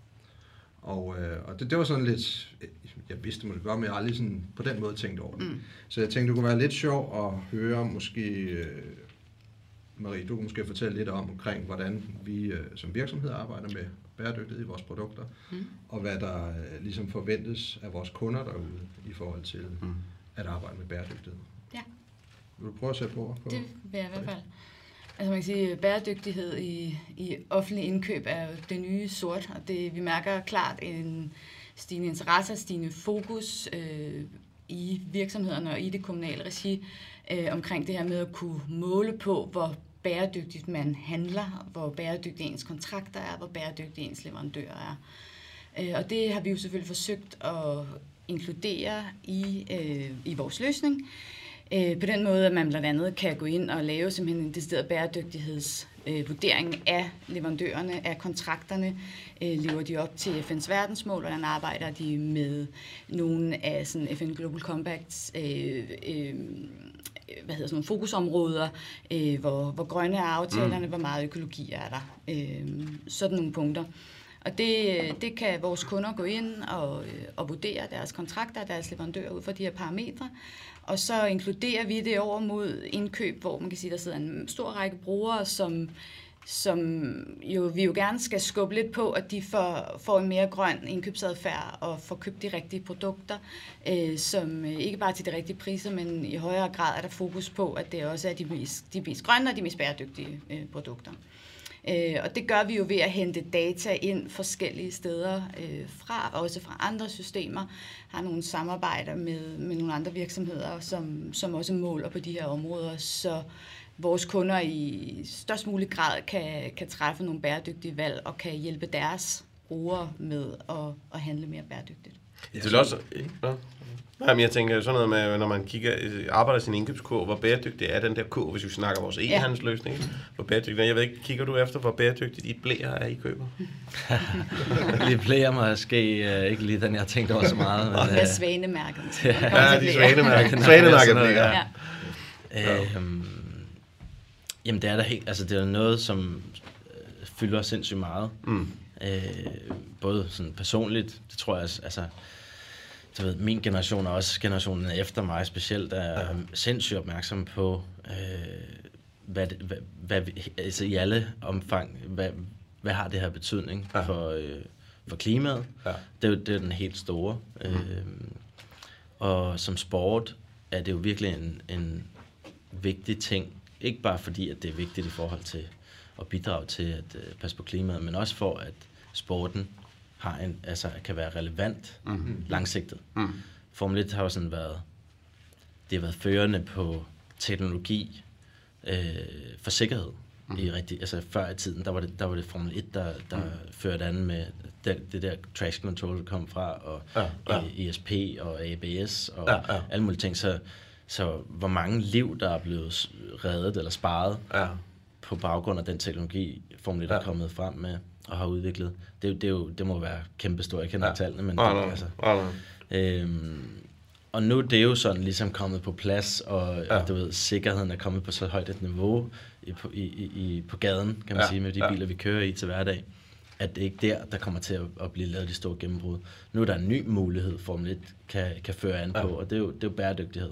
Og det var sådan lidt, jeg vidste, det godt, men jeg har aldrig sådan på den måde tænkt over det. Så jeg tænkte, det kunne være lidt sjovt at høre måske... Marie, du kan måske fortælle lidt omkring, hvordan vi som virksomhed arbejder med bæredygtighed i vores produkter, og hvad der ligesom forventes af vores kunder derude i forhold til at arbejde med bæredygtighed. Ja. Vil du prøve at sætte på? Det vil jeg i hvert fald. Altså man kan sige, at bæredygtighed i offentlig indkøb er jo det nye sort, og vi mærker klart en stigende interesse, stigende fokus i virksomhederne og i det kommunale regi omkring det her med at kunne måle på, hvor bæredygtigt man handler, hvor bæredygtige ens kontrakter er, hvor bæredygtige ens leverandører er. Og det har vi jo selvfølgelig forsøgt at inkludere i vores løsning. På den måde, at man blandt andet kan gå ind og lave simpelthen en decideret bæredygtighedsvurdering af leverandørerne, af kontrakterne. Lever de op til FN's verdensmål, hvordan arbejder de med nogle af sådan FN Global Compacts nogle fokusområder, hvor grønne er aftalerne, hvor meget økologi er der. Sådan nogle punkter. Og det kan vores kunder gå ind og vurdere deres kontrakter, deres leverandører ud fra de her parametre. Og så inkluderer vi det over mod indkøb, hvor man kan sige, der sidder en stor række brugere, som som vi jo gerne skal skubbe lidt på, at de får en mere grøn indkøbsadfærd og får købt de rigtige produkter, som ikke bare til de rigtige priser, men i højere grad er der fokus på, at det også er de mest grønne og de mest bæredygtige produkter. Og det gør vi jo ved at hente data ind forskellige steder fra, også fra andre systemer, har nogle samarbejder med nogle andre virksomheder, som også måler på de her områder, så vores kunder i størst mulig grad kan træffe nogle bæredygtige valg og kan hjælpe deres brugere med at handle mere bæredygtigt. Det vil også... Nej, men jeg tænker sådan noget med, når man arbejder sin indkøbskurve, hvor bæredygtig er den der kurve, hvis vi snakker vores e-handelsløsning. Hvor bæredygtig, jeg ved ikke, kigger du efter, hvor bæredygtigt I blæer er, I køber? Lige blæer måske ikke lige den, jeg tænkte over så meget. Men, det er Svanemærket. Ja, de Svanemærket. Svanemærket blæer. Jamen det er da helt, altså det er noget, som fylder sindssygt meget. Både sådan personligt, det tror jeg, altså du ved, min generation og også generationen efter mig specielt er sindssygt opmærksom på, hvad altså i alle omfang, hvad har det her betydning for klimaet. Ja. Det er den helt store. Og som sport er det jo virkelig en vigtig ting. Ikke bare fordi, at det er vigtigt i forhold til at bidrage til at passe på klimaet, men også for, at sporten kan være relevant langsigtet. Formel 1 har jo sådan det har været førende på teknologi for sikkerhed. Altså før i tiden, der var det Formel 1, der førte an med det der traction control, der kom fra, og ESP og ABS og alle mulige ting. Så hvor mange liv, der er blevet reddet eller sparet på baggrund af den teknologi, Formel 1 er kommet frem med og har udviklet. Det må være kæmpestort. Jeg kender ikke tallene, men og nu det er jo sådan ligesom kommet på plads, og du ved, sikkerheden er kommet på så højt et niveau på gaden, kan man sige, med de biler, vi kører i til hverdag, at det ikke der kommer til at blive lavet de store gennembrud. Nu er der en ny mulighed, Formel 1 kan føre an på, og det er jo bæredygtighed.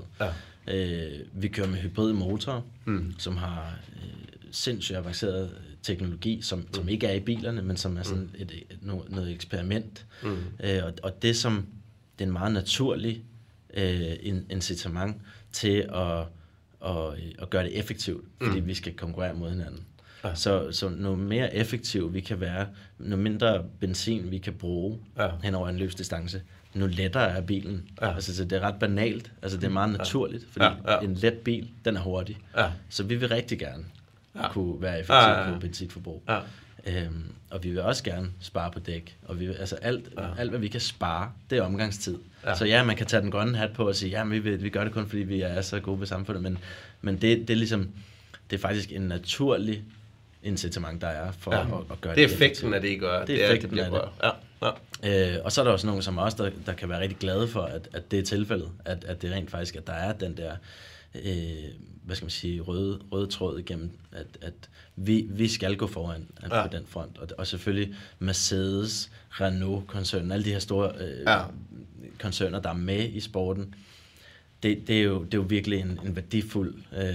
Vi kører med hybridmotorer, som har sindssygt avanceret teknologi, som ikke er i bilerne, men som er sådan noget eksperiment. Og det er en meget naturlig incitament til at gøre det effektivt, fordi vi skal konkurrere mod hinanden. Så noget mere effektivt vi kan være, noget mindre benzin vi kan bruge hen over en løbsdistance, nu lettere er bilen. Altså, så det er ret banalt. Altså, det er meget naturligt, fordi en let bil, den er hurtig. Så vi vil rigtig gerne kunne være effektive på benzinforbrug. Og vi vil også gerne spare på dæk. Og alt, hvad vi kan spare, det er omgangstid. Så man kan tage den grønne hat på og sige, vi gør det kun, fordi vi er så gode ved samfundet. Men det er ligesom, det er faktisk en naturlig incitament, der er for at gøre det. Det er effekten af det, I gør. Det er effekten af det. Og så er der også nogen som os, der kan være rigtig glade for, at det er tilfældet. At det rent faktisk, at der er den der hvad skal man sige, røde tråd igennem, at vi skal gå foran på den front. Og selvfølgelig Mercedes, Renault-koncernen, alle de her store koncerner, der er med i sporten, det er jo virkelig en værdifuld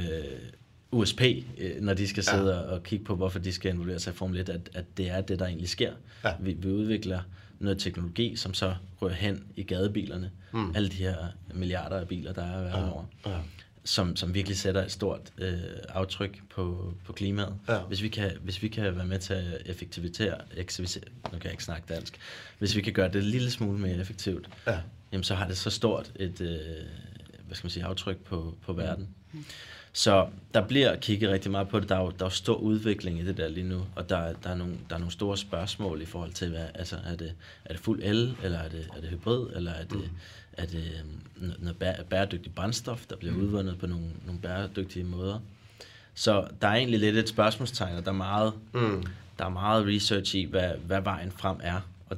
USP, når de skal sidde og kigge på, hvorfor de skal involvere sig i Formel 1, at det er det, der egentlig sker. Vi udvikler noget teknologi, som så rører hen i gadebilerne. Alle de her milliarder af biler, der er verden over. Som virkelig sætter et stort aftryk på klimaet. Hvis vi kan være med til at effektivisere, nu kan jeg ikke snakke dansk, hvis vi kan gøre det en lille smule mere effektivt, jamen, så har det så stort et hvad skal man sige, aftryk på verden. Så der bliver kigget rigtig meget på det. Der er jo stor udvikling i det der lige nu, og der er nogle store spørgsmål i forhold til, altså, er det fuld el, eller er det hybrid, eller er det noget bæredygtigt brændstof, der bliver udvundet på nogle bæredygtige måder. Så der er egentlig lidt et spørgsmålstegn, og der er meget research i, hvad vejen frem er. Og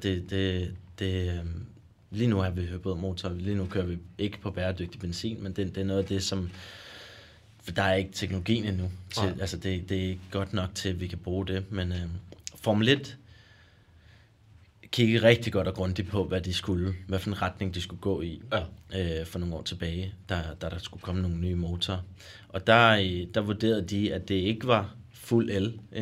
lige nu har vi hybridmotor, lige nu kører vi ikke på bæredygtig benzin, men det er noget af det, som... For der er ikke teknologien endnu. Altså det er ikke godt nok til, at vi kan bruge det. Men Formel 1 kiggede rigtig godt og grundigt på, hvad for en retning de skulle gå i for nogle år tilbage, da der skulle komme nogle nye motorer. Og der vurderede de, at det ikke var fuld el endnu.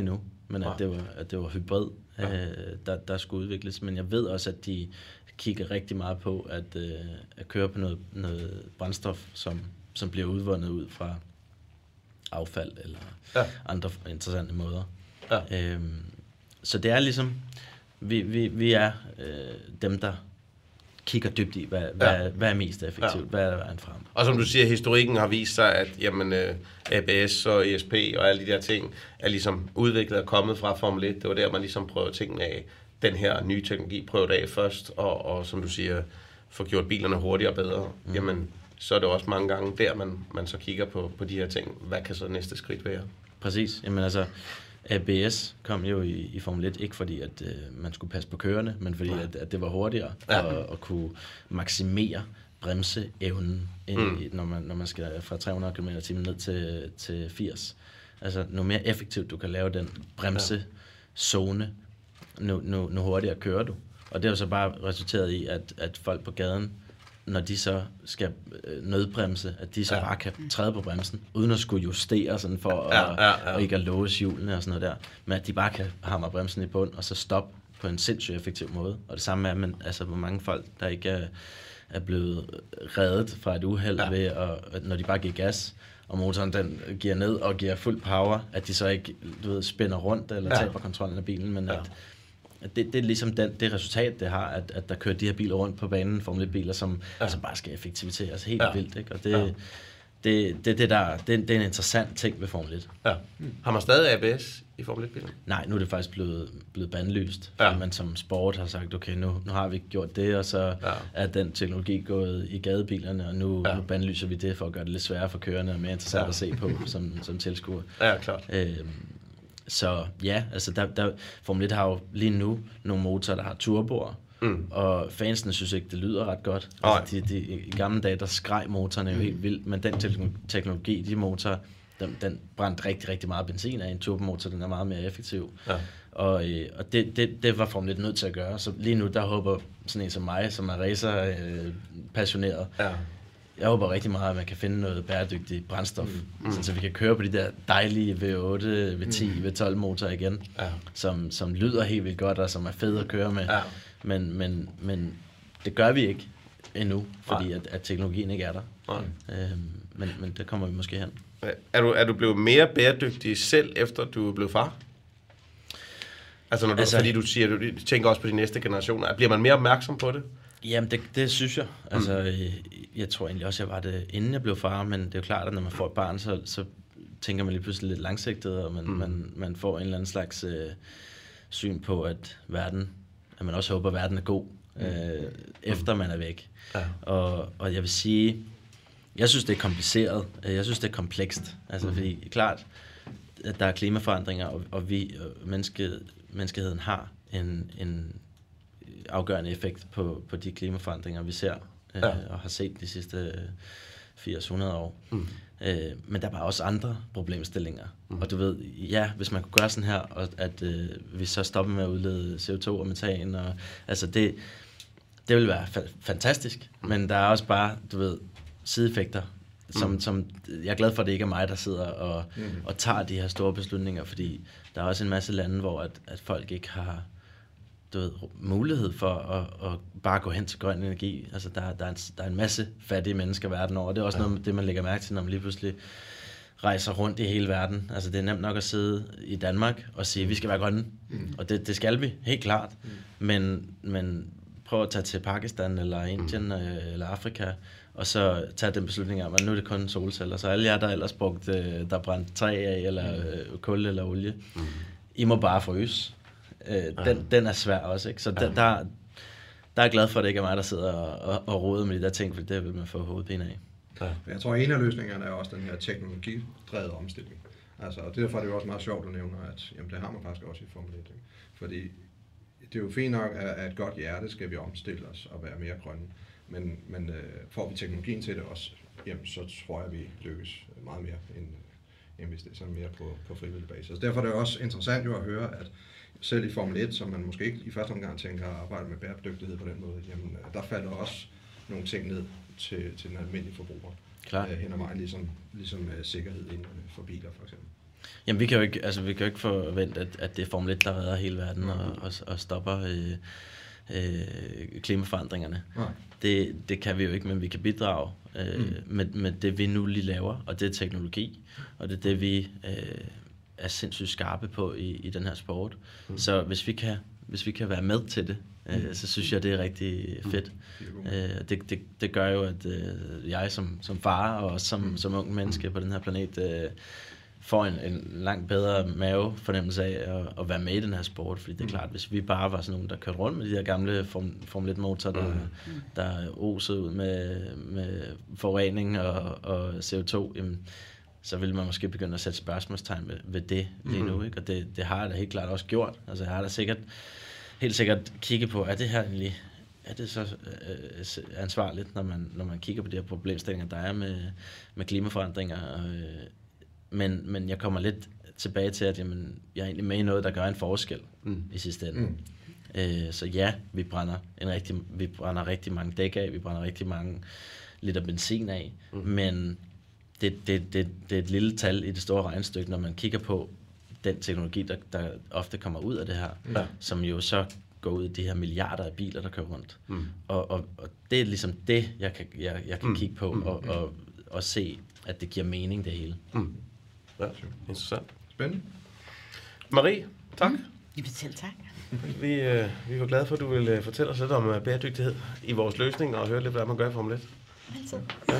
men at det var hybrid, der skulle udvikles. Men jeg ved også, at de kigger rigtig meget på at køre på noget brændstof, som bliver udvundet ud fra affald eller andre interessante måder. Ja. Så det er ligesom, vi er dem, der kigger dybt i, hvad er mest effektivt, hvad er vejen frem. Og som du siger, historikken har vist sig, at jamen, ABS og ESP og alle de der ting er ligesom udviklet og kommet fra Formel 1. Det var der, man ligesom prøvede tingene af. Den her nye teknologi prøvede af først, og som du siger, få gjort bilerne hurtigere og bedre. Jamen, så er det også mange gange der, man så kigger på de her ting. Hvad kan så næste skridt være? Præcis. Jamen altså, ABS kom jo i Formel 1, ikke fordi, at man skulle passe på kørende, men fordi, at det var hurtigere og kunne maksimere bremseevnen, når man skal fra 300 km/t ned til 80. Altså, nu mere effektivt du kan lave den bremsezone, nu hurtigere kører du. Og det har så bare resulteret i, at folk på gaden, når de så skal nødbremse, at de så bare kan træde på bremsen, uden at skulle justere sådan for at ikke at låse hjulene og sådan noget der, men at de bare kan hamre bremsen i bund, og så stoppe på en sindssygt effektiv måde. Og det samme er, men altså hvor mange folk, der ikke er blevet reddet fra et uheld ved, når de bare giver gas, og motoren den giver ned og giver fuld power, at de så ikke spænder rundt eller taber kontrollen af bilen, men at det er ligesom det resultat, det har, at der kører de her biler rundt på banen, Formel 1-biler, som altså bare skal effektiviseres helt vildt, ikke? Og det er en interessant ting ved Formel 1. Ja. Har man stadig ABS i Formel 1-biler? Nej, nu er det faktisk blevet bandlyst, fordi man som sport har sagt, okay, nu har vi gjort det, og så er den teknologi gået i gadebilerne, og nu bandlyser vi det for at gøre det lidt sværere for kørende og mere interessant at se på som tilskuer. Ja, klart. Så ja, altså der Formel 1 har jo lige nu nogle motorer, der har turboer, og fansene synes ikke, det lyder ret godt. Altså, i gamle dage, der skreg motorerne jo helt vildt, men den teknologi, de motorer, den brændte rigtig, rigtig meget benzin af. En turbomotor, den er meget mere effektiv. Ja. Og det var Formel 1 nødt til at gøre. Så lige nu, der håber sådan en som mig, som er racer-passioneret, jeg håber rigtig meget, at man kan finde noget bæredygtigt brændstof, så vi kan køre på de der dejlige V8, V10, V12 motorer igen, som lyder helt vildt godt, og som er fede at køre med. Men det gør vi ikke endnu, fordi at teknologien ikke er der. Men det kommer vi måske hen. Er du blevet mere bæredygtig selv, efter du er blevet far? Altså, fordi du siger, du tænker også på de næste generationer. Bliver man mere opmærksom på det? Jamen, det synes jeg. Altså, jeg tror egentlig også, jeg var det, inden jeg blev far, men det er jo klart, at når man får et barn, så tænker man lige pludselig lidt langsigtet, og man får en eller anden slags syn på, at man også håber, at verden er god, efter man er væk. Ja. Og jeg vil sige, jeg synes, det er kompliceret. Jeg synes, det er komplekst. Altså, fordi klart, at der er klimaforandringer, og menneskeheden har en afgørende effekt på de klimaforandringer, vi ser og har set de sidste 80-100 år. Men der er bare også andre problemstillinger. Og du ved, hvis man kunne gøre sådan her, og at vi så stopper med at udlede CO2 og metan, og altså det vil være fantastisk. Men der er også bare, du ved, sideeffekter, som jeg er glad for, at det ikke er mig, der sidder og tager de her store beslutninger, fordi der er også en masse lande, hvor at folk ikke har mulighed for at bare gå hen til grøn energi. Altså, der er en masse fattige mennesker verden over, og det er også noget af det, man lægger mærke til, når man lige pludselig rejser rundt i hele verden. Altså, det er nemt nok at sidde i Danmark og sige, at vi skal være grønne, og det skal vi, helt klart. Men prøv at tage til Pakistan, eller Indien, eller Afrika, og så tage den beslutning om, at nu er det kun solceller. Så alle jer, der ellers brugt, der brændt træ af, eller kul eller olie, I må bare fryse. Den er svær også, ikke? Så der er jeg glad for, at det ikke er mig, der sidder og roder med de der ting, for det vil man få hovedpine af. Jeg tror, at en af løsningerne er også den her teknologidrevet omstilling. Altså, og derfor er det jo også meget sjovt at nævne, at jamen, det har man faktisk også i Formel 1. Ikke? Fordi det er jo fint nok, at et godt hjerte skal vi omstille os og være mere grønne. Men får vi teknologien til det også, jamen, så tror jeg, at vi lykkes meget mere, end hvis det er sådan mere på frivillig basis. Derfor er det også interessant jo at høre, at selv i Formel 1, som man måske ikke i første omgang tænker at arbejde med bæredygtighed på den måde, jamen, der falder også nogle ting ned til den almindelige forbruger. Klar. Hen ad vejen, ligesom sikkerhed inden for biler for eksempel. Jamen, vi kan jo ikke forvente, at det er Formel 1, der redder hele verden og stopper klimaforandringerne. Det kan vi jo ikke, men vi kan bidrage med det, vi nu lige laver, og det er teknologi, og det er det, vi er sindssygt skarpe på i den her sport. Så hvis vi kan være med til det, så synes jeg, det er rigtig fedt. Det gør jo, at jeg som far og også som ung menneske på den her planet får en langt bedre mavefornemmelse af at være med i den her sport. Fordi det er klart, hvis vi bare var sådan nogen, der kørte rundt med de her gamle Formel 1-motorer, der osede ud med forurening og CO2, jamen, så ville man måske begynde at sætte spørgsmålstegn ved det lige nu. Ikke? Og det har jeg da helt klart også gjort. Altså, jeg har da helt sikkert kigget på, er det så ansvarligt, når man kigger på de her problemstillinger, der er med klimaforandringer. Men jeg kommer lidt tilbage til, at jamen, jeg er egentlig med i noget, der gør en forskel i sidste ende. Så ja, vi brænder rigtig mange dæk af, vi brænder rigtig mange liter benzin af, men det er et lille tal i det store regnestykke, når man kigger på den teknologi, der ofte kommer ud af det her, som jo så går ud i de her milliarder af biler, der kører rundt. Og det er ligesom det, jeg kan kigge på og se, at det giver mening, det hele. Ja, interessant. Spændende. Marie, tak. Jamen selv tak. Vi var glade for, at du ville fortælle os lidt om bæredygtighed i vores løsning, og høre lidt, hvad man gør i Formel 1. Altid. Ja.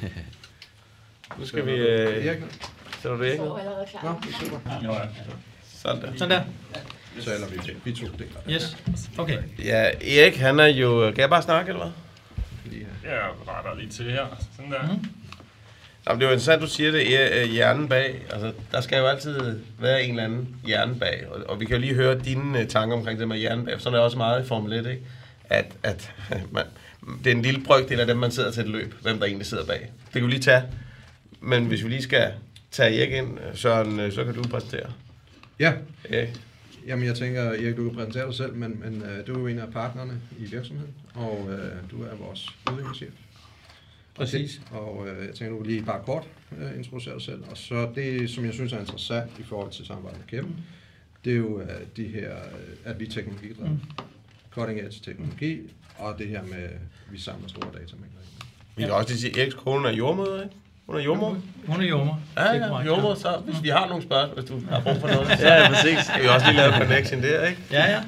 Nu skal vi... Sætter du det ikke? Så allerede klar. Nå, super. Sådan der. Sådan der. Så ælder vi to, det er klart. Yes. Okay. Ja, Erik, han er jo... Kan jeg bare snakke, eller hvad? Jeg retter lige til her. Sådan der. Jamen, det er jo interessant, du siger det, hjernen bag. Altså, der skal jo altid være en eller anden hjerne bag. Og vi kan jo lige høre dine tanker omkring det med hjernen bag. Sådan er det også meget i Formel 1, ikke? At det er en lille brøkdel af dem, man sidder til et løb. Hvem der egentlig sidder bag. Det kan vi lige tage. Men hvis vi lige skal tage Erik ind, Søren, så kan du præsentere. Ja. Erik. Jamen, jeg tænker, Erik, du kan præsentere dig selv, men du er jo en af partnerne i virksomheden, og du er vores udviklingschef. Præcis. Og jeg tænker, du lige bare kort introducere dig selv. Og så det, som jeg synes er interessant i forhold til samarbejdet med Kevin, det er jo de her, at vi er teknologidrevet. Cutting edge teknologi, og det her med, at vi samler store datamængder. Vi kan også lige sige, at Eriks kone er jordmøder, ikke? Hun er jordmor. Hun er jordmor. Ja, jordmor, så hvis vi har nogle spørgsmål, hvis du har brug for noget, så Ja, præcis. kan vi også lige lave connection der, ikke? Ja.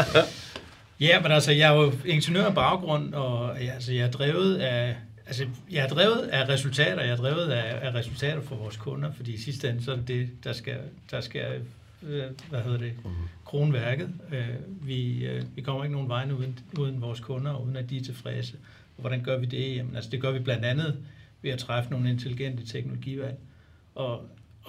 Ja, men altså, jeg er jo ingeniør af baggrund, og jeg er drevet af... Altså, jeg er drevet af resultater. Jeg er drevet af resultater for vores kunder, fordi i sidste ende, så er det, der skal kronværket. Vi kommer ikke nogen vegne uden vores kunder, og uden at de er tilfredse. Og hvordan gør vi det? Jamen, altså, det gør vi blandt andet ved at træffe nogle intelligente teknologivalg. Og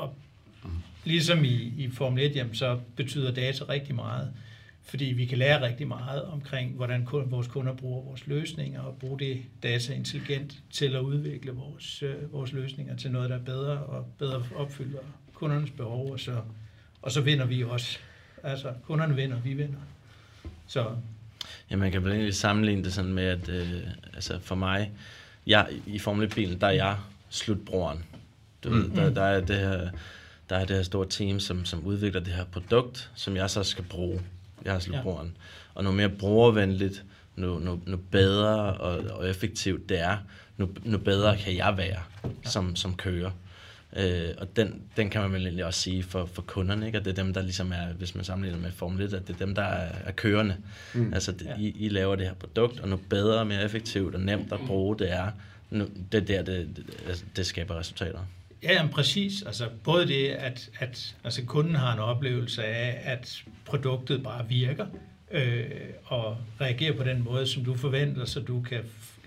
ligesom i Formel 1, jamen, så betyder data rigtig meget, fordi vi kan lære rigtig meget omkring, hvordan vores kunder bruger vores løsninger, og bruge det data intelligent til at udvikle vores løsninger til noget, der er bedre og bedre opfylder kundernes behov, og så vinder vi også. Altså, kunderne vinder, vi vinder. Så. Ja, man kan vel egentlig sammenligne det sådan med, at altså for mig, i Formel 1-bilen, der er jeg slutbrugeren. Der er det her store team, som udvikler det her produkt, som jeg så skal bruge. Jeg er slutbrugeren. Og nu mere brugervenligt, nu bedre og effektivt det er, nu bedre kan jeg være som kører. Og den kan man vel egentlig også sige for kunderne, ikke? At det er dem, der ligesom er, hvis man sammenligner med Formel 1, at det er dem, der er kørende. Altså, I laver det her produkt, og nu bedre, mere effektivt og nemt at bruge det er, det er der, det skaber resultater. Ja, præcis. Altså, både det, at altså, kunden har en oplevelse af, at produktet bare virker, og reagerer på den måde, som du forventer, så du kan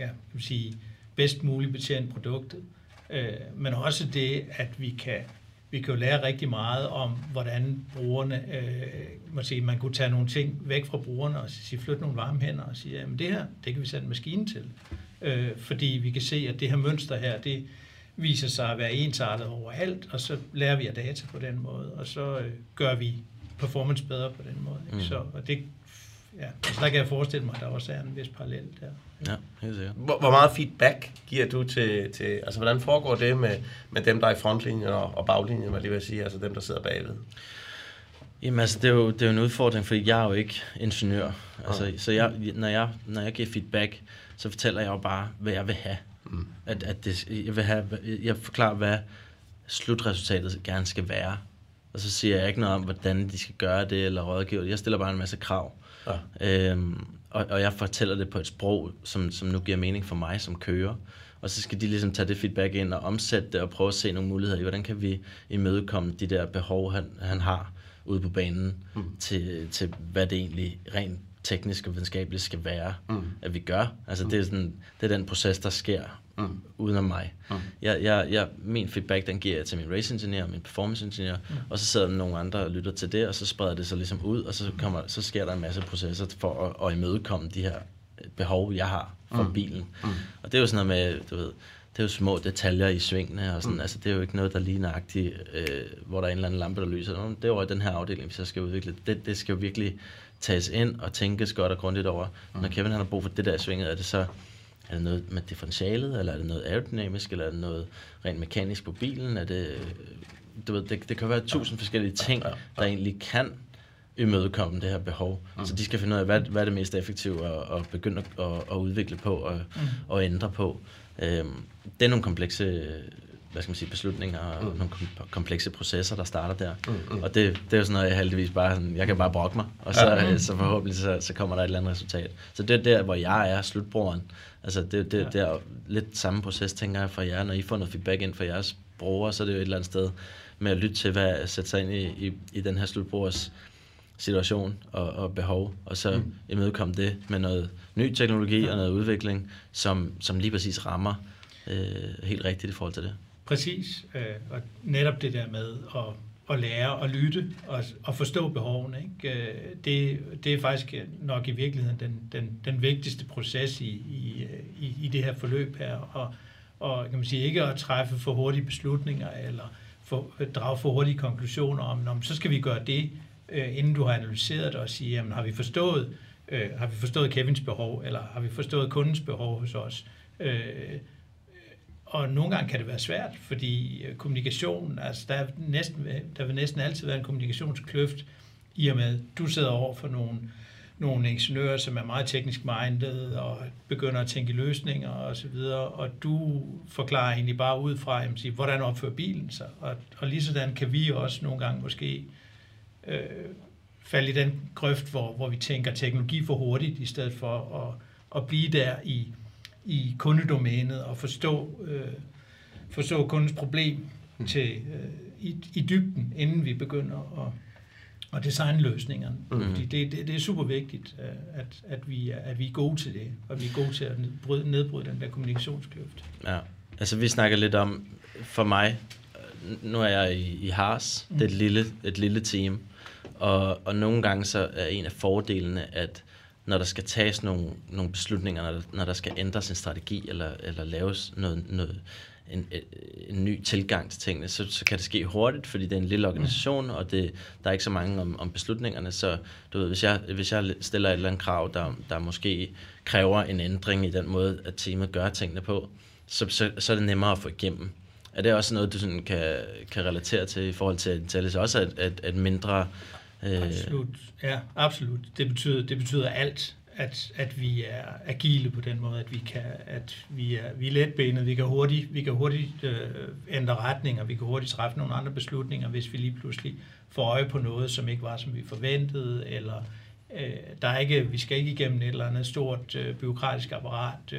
bedst muligt betjene produktet. Men også det, at vi kan jo lære rigtig meget om, hvordan brugerne, man kunne tage nogle ting væk fra brugerne og sige, flytte nogle varme hænder og sige, jamen det her, det kan vi sætte en maskine til. Fordi vi kan se, at det her mønster her, det viser sig at være ensartet overalt, og så lærer vi af data på den måde, og så gør vi performance bedre på den måde. Ikke? Så, og det ja, så der kan jeg forestille mig, at der også er en vis parallel der. Ja, helt sikkert. Hvor meget feedback giver du til altså hvordan foregår det med dem, der er i frontlinjen og baglinjen, hvad det vil sige, altså dem, der sidder bagved? Jamen altså, det er jo en udfordring, fordi jeg er jo ikke ingeniør. Altså, så når jeg giver feedback, så fortæller jeg jo bare, hvad jeg vil have. Jeg forklarer, hvad slutresultatet gerne skal være. Og så siger jeg ikke noget om, hvordan de skal gøre det, eller rådgive. Jeg stiller bare en masse krav. Ja. Og jeg fortæller det på et sprog, som nu giver mening for mig som kører. Og så skal de ligesom tage det feedback ind og omsætte det, og prøve at se nogle muligheder i, hvordan kan vi imødekomme de der behov, han har ude på banen, til hvad det egentlig rent teknisk og videnskabeligt skal være, at vi gør. Altså det er den proces, der sker udenom mig. Min feedback, den giver jeg til min race engineer og min performance engineer, og så sidder der nogle andre og lytter til det, og så spreder det sig ligesom ud, og så sker der en masse processer for at imødekomme de her behov, jeg har for bilen. Og det er jo sådan noget med, du ved, det er jo små detaljer i svingene, og sådan, altså det er jo ikke noget, der lige nøjagtigt, hvor der er en eller anden lampe, der lyser. Det er jo den her afdeling, vi så skal udvikle. Det skal jo virkelig tages ind og tænkes godt og grundigt over. Når Kevin han har brug for det der i svinget, er det noget med differentialet, eller er det noget aerodynamisk, eller er det noget rent mekanisk på bilen? Er det, du ved, det kan være 1000 forskellige ting, der egentlig kan imødekomme det her behov. Så de skal finde ud af, hvad er det mest effektive at begynde at udvikle på og ændre på. Det er nogle komplekse beslutninger og nogle komplekse processer, der starter der. Og det er jo sådan noget, jeg heldigvis bare jeg kan bare brokke mig, og så forhåbentlig så kommer der et eller andet resultat. Så det er der, hvor jeg er slutbrugeren. Altså det er lidt samme proces, tænker jeg, for jer. Når I får noget feedback ind fra jeres brugere, så er det jo et eller andet sted med at lytte til, sætte sig ind i den her slutbrugers situation og behov, og så imødekomme det med noget ny teknologi og noget udvikling, som lige præcis rammer helt rigtigt i forhold til det. Præcis, og netop det der med at lære at lytte og forstå behovene, ikke? Det er faktisk nok i virkeligheden den vigtigste proces i det her forløb her, og kan man sige, ikke at træffe for hurtige beslutninger, eller drage for hurtige konklusioner om, så skal vi gøre det, inden du har analyseret det, og sige, jamen, har vi forstået Kevins behov, eller har vi forstået kundens behov hos os? Og nogle gange kan det være svært, fordi kommunikation, altså der vil næsten altid være en kommunikationskløft, i og med, at du sidder over for nogle ingeniører, som er meget teknisk minded, og begynder at tænke i løsninger og så videre, og du forklarer egentlig bare ud fra, hvordan opfører bilen sig, og lige sådan kan vi også nogle gange måske falde i den grøft, hvor vi tænker teknologi for hurtigt, i stedet for at blive der i kundedomænet og forstå kundens problem i dybden, inden vi begynder at designe løsningerne. Fordi det er super vigtigt, at vi er gode til det, og vi er gode til at nedbryde den der kommunikationskløft. Ja, altså vi snakker lidt om, for mig, nu er jeg i Haas, det er et lille team, og nogle gange så er en af fordelene, at når der skal tages nogle beslutninger, når der skal ændres en strategi, eller laves en ny tilgang til tingene, så kan det ske hurtigt, fordi det er en lille organisation, og der er ikke så mange om beslutningerne, så du ved, hvis jeg stiller et eller andet krav, der måske kræver en ændring i den måde, at teamet gør tingene på, så er det nemmere at få igennem. Er det også noget, du sådan kan relatere til i forhold til Intellis, også at mindre... Absolut. Ja, absolut. Det betyder alt, at vi er agile på den måde, at vi er letbenede, vi kan hurtigt ændre retninger, vi kan hurtigt træffe nogle andre beslutninger, hvis vi lige pludselig får øje på noget, som ikke var, som vi forventede, eller vi skal ikke igennem et eller andet stort bureaukratisk apparat,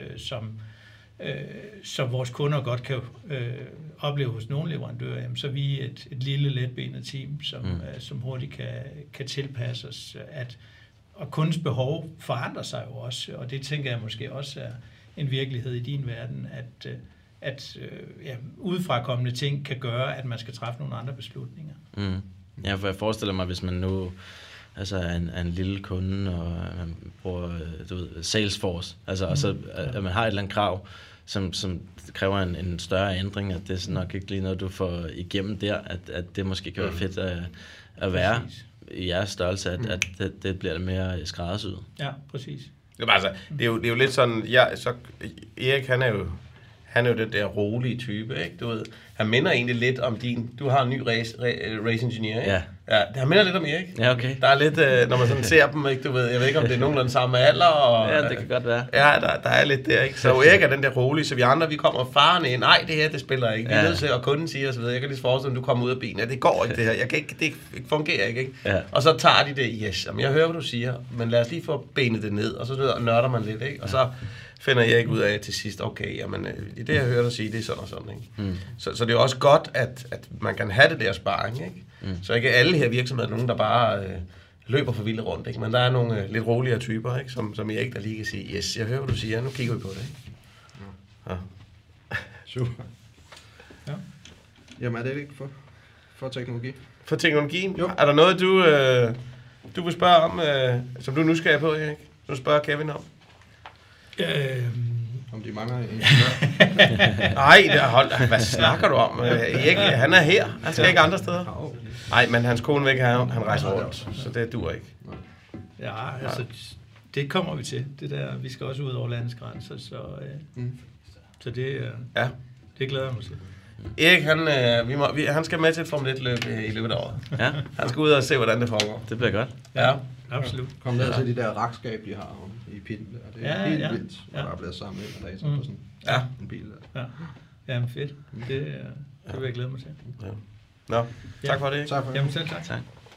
som vores kunder godt kan opleve hos nogle leverandører, jamen, så er vi et lille letbenet team, som hurtigt kan tilpasse os, og kundens behov forandrer sig jo også, og det tænker jeg måske også er en virkelighed i din verden, at udefrakommende ting kan gøre, at man skal træffe nogle andre beslutninger. Ja, for jeg forestiller mig, hvis man nu er en lille kunde, og man bruger Salesforce, og så at man har et eller andet krav, som kræver en større ændring, at det er nok ikke lige noget, du får igennem der, at det måske kan være fedt at være. i jeres størrelse, at det bliver lidt mere skræddersyet. Ja, præcis. Det er jo lidt sådan, Erik han er jo den der rolige type, ikke? Du ved, han minder egentlig lidt om du har en ny race engineer, ikke? Ja. Ja, han minder lidt om Erik. Ja, okay. Der er lidt, når man sådan ser dem, ikke? Du ved, jeg ved ikke, om det er nogenlunde samme alder. Og, Ja, det kan godt være. Ja, der er lidt der, ikke? Så Erik er den der rolige, så vi andre, vi kommer farne ind. Nej, det her, det spiller ikke. Vi er nødt til, at kunden siger og så videre. Jeg kan lige forestille, at du kommer ud af bilen. Ja, det går ikke, det her. Det fungerer ikke? Ja. Og så tager de det, yes, jamen, jeg hører, hvad du siger, men lad os lige få benet det ned, og så nørder man lidt, ikke? Og så finder jeg ikke ud af til sidst, okay, jamen, det jeg hører dig sige, det er sådan og sådan, ikke? Så det er også godt, at man kan have det der sparring, ikke? Så ikke alle her virksomheder er nogen, der bare løber for vildt rundt, ikke? Men der er nogle lidt roligere typer, ikke? Som jeg ikke der lige kan sige, yes, jeg hører, hvad du siger, nu kigger vi på det, ikke? Ja. Super. Ja. Jamen, er det ikke for teknologi? For teknologien? Jo. Er der noget, du vil spørge om, som du nu skal på, Erik? Du spørger Kevin om? Om de mangler en. Nej, hvad snakker du om? Erik, han er her. Han skal ikke andre steder. Nej, men hans kone væk, han rejser rundt, så det dur ikke. Ja, altså, det kommer vi til. Det der, vi skal også ud over landets grænser, så det glæder jeg mig til. Erik, han skal med til et Formel 1-løb i løbet af året. Ja. Han skal ud og se, hvordan det foregår. Det bliver godt. Ja. Absolut. Kom ned til de der rakskab, de har i pitten der. Det er helt vildt, hvor der er blevet samlet ind data på sådan en bil der. Ja. Jamen fedt. Det vil jeg glæde mig til. Ja. Nå, tak for det, Erik. Tak for det. Jamen selv tak.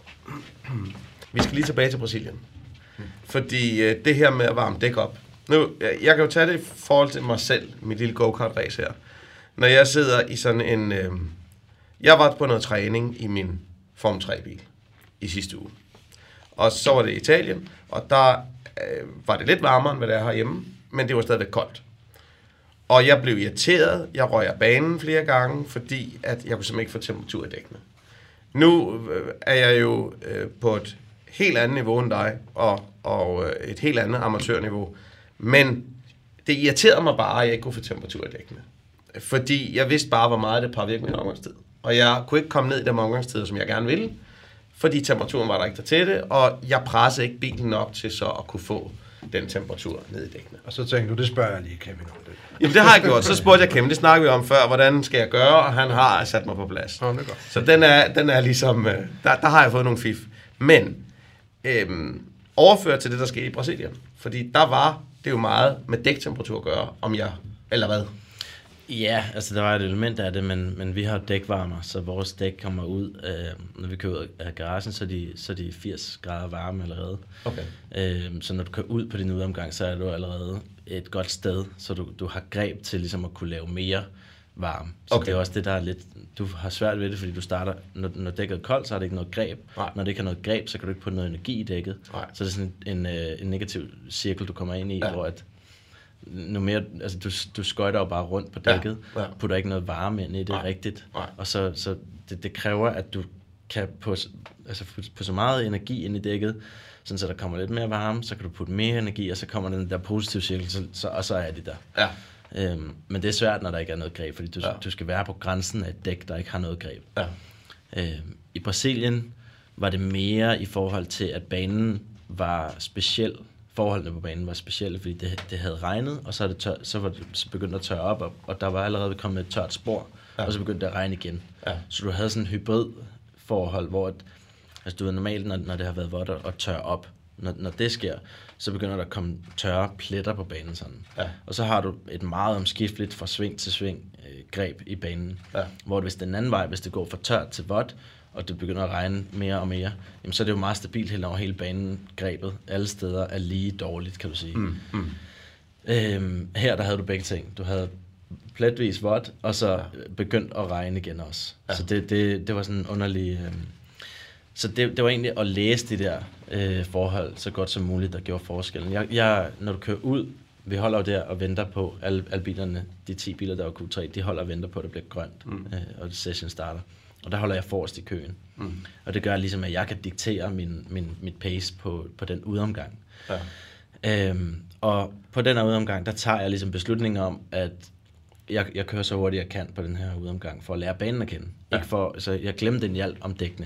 Vi skal lige tilbage til Brasilien. Fordi det her med at varme dæk op. Nu, jeg kan jo tage det i forhold til mig selv, mit lille go-kart-race her. Når jeg sidder i sådan en... jeg var på noget træning i min Form 3-bil i sidste uge. Og så var det i Italien, og der var det lidt varmere, end hvad det er herhjemme, men det var stadigvæk koldt. Og jeg blev irriteret, jeg røg af banen flere gange, fordi at jeg kunne simpelthen ikke få temperatur i dækkene. Nu er jeg jo på et helt andet niveau end dig, og et helt andet amatørniveau, men det irriterede mig bare, at jeg ikke kunne få temperatur i dækkene. Fordi jeg vidste bare, hvor meget det påvirkede min omgangstid. Og jeg kunne ikke komme ned i den omgangstid, som jeg gerne ville, fordi temperaturen var der ikke der til det, og jeg pressede ikke bilen op til så at kunne få den temperatur ned i dækkene. Og så tænkte du, det spørger jeg lige Kevin om det. Jamen det har jeg gjort. Så spurgte jeg Kevin, det snakkede vi om før, hvordan skal jeg gøre, og han har sat mig på plads. Det er godt. Så den er ligesom, der har jeg fået nogle fif. Men overført til det, der skete i Brasilien, fordi der var det jo meget med dæktemperatur at gøre, om jeg, eller hvad? Ja, altså der var et element af det, men vi har dækvarmer, så vores dæk kommer ud, når vi kører ud af garagen, så er de 80 grader varme allerede. Okay. Så når du kører ud på din udomgang, så er du allerede et godt sted, så du har greb til ligesom at kunne lave mere varme. Så det er også det, der er lidt... Du har svært ved det, fordi du starter... Når dækket er koldt, så har det ikke noget greb. Nej. Når det ikke har noget greb, så kan du ikke putte noget energi i dækket. Nej. Så det er sådan en negativ cirkel, du kommer ind i, hvor at... Nu mere, altså du skøjter jo bare rundt på dækket, putter ikke noget varme ind i det rigtigt, og så det kræver, at du kan få så meget energi ind i dækket, sådan så der kommer lidt mere varme, så kan du putte mere energi, og så kommer den der positive cirkel, og så er de der. Ja. Men det er svært, når der ikke er noget greb, fordi du skal være på grænsen af et dæk, der ikke har noget greb. Ja. I Brasilien var det mere i forhold til, at banen var speciel. Forholdene på banen var specielle, fordi det havde regnet, og så var det begyndt at tørre op, og der var allerede kommet et tørt spor, og så begyndte det at regne igen. Ja. Så du havde sådan en hybrid forhold, hvor altså du ved normalt, når det har været vådt og tørre op, når det sker, så begynder der at komme tørre pletter på banen sådan. Ja. Og så har du et meget omskifteligt fra sving til sving greb i banen, hvor hvis den anden vej, hvis det går fra tørt til vådt, og det begynder at regne mere og mere, jamen så er det jo meget stabilt helt over hele banen, grebet. Alle steder er lige dårligt, kan du sige. Her der havde du begge ting. Du havde pletvis vådt, og så begyndt at regne igen også. Ja. Så det var sådan en underlig... Så det var egentlig at læse de der forhold så godt som muligt, der gjorde forskellen. Når du kører ud, vi holder jo der og venter på, alle bilerne, de 10 biler, der var Q3, de holder og venter på, at det bliver grønt, og session starter. Og der holder jeg forrest i køen. Og det gør ligesom, at jeg kan diktere mit pace på den udomgang. Ja. Og på den her udomgang, der tager jeg ligesom beslutningen om, at jeg kører så hurtigt jeg kan på den her udomgang, for at lære banen at kende. Ikke for, så jeg glemte den hjælp om dækkene.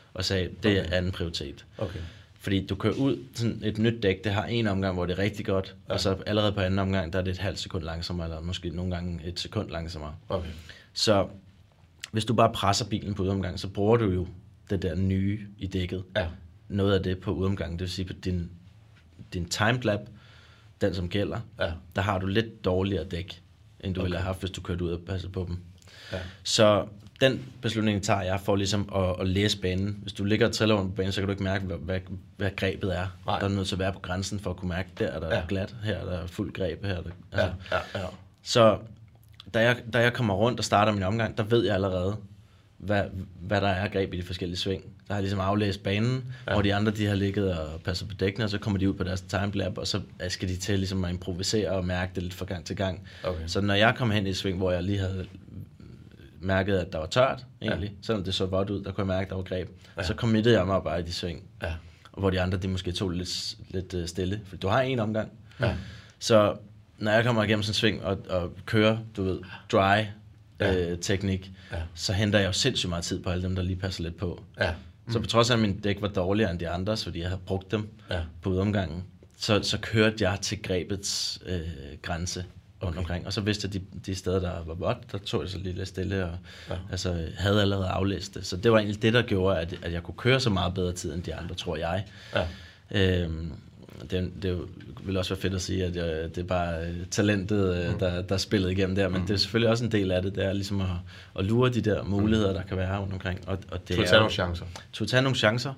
og sagde, det er anden prioritet. Okay. Fordi du kører ud, sådan et nyt dæk, det har en omgang, hvor det er rigtig godt, og så allerede på anden omgang, der er det et halvt sekund langsommere, eller måske nogle gange et sekund langsommere. Okay. Så hvis du bare presser bilen på udomgang, så bruger du jo det der nye i dækket. Ja. Noget af det på udomgang, det vil sige på din timed lap, den som gælder, der har du lidt dårligere dæk, end du ville have haft, hvis du kørte ud og passede på dem. Ja. Så den beslutning tager jeg for ligesom at læse banen. Hvis du ligger og triller rundt på banen, så kan du ikke mærke, hvad grebet er. Nej. Der er nødt til at være på grænsen for at kunne mærke, der er der glat, her er der fuld greb, her er der... Altså. Ja. Så da jeg kommer rundt og starter min omgang, der ved jeg allerede, hvad der er greb i de forskellige sving. Der har jeg ligesom aflæst banen, hvor de andre de har ligget og passet på dækkene, og så kommer de ud på deres timelap, og så skal de til ligesom at improvisere og mærke det lidt fra gang til gang. Okay. Så når jeg kom hen i et sving, hvor jeg lige havde mærket, at der var tørt, egentlig, selvom det så vådt ud, der kunne jeg mærke, at der var greb, så committede jeg mig bare i de sving, og hvor de andre de måske tog lidt stille, for du har en omgang. Ja. Så når jeg kommer igennem sådan en sving og kører, du ved, dry teknik, så henter jeg jo sindssygt meget tid på alle dem, der lige passer lidt på. Ja. Så på trods af, at min dæk var dårligere end de andres, fordi jeg havde brugt dem på udomgangen, så kørte jeg til grebets grænse rundt omkring. Og så vidste jeg, de steder, der var vådt, der tog jeg så lidt stille og altså, havde allerede aflæst det. Så det var egentlig det, der gjorde, at jeg kunne køre så meget bedre tid end de andre, tror jeg. Ja. Det vil også være fedt at sige, at det er bare talentet, der spillede igennem der, men det er selvfølgelig også en del af det, det er ligesom at lure de der muligheder, der kan være rundt omkring. Og det tage nogle chancer. Tage nogle chancer,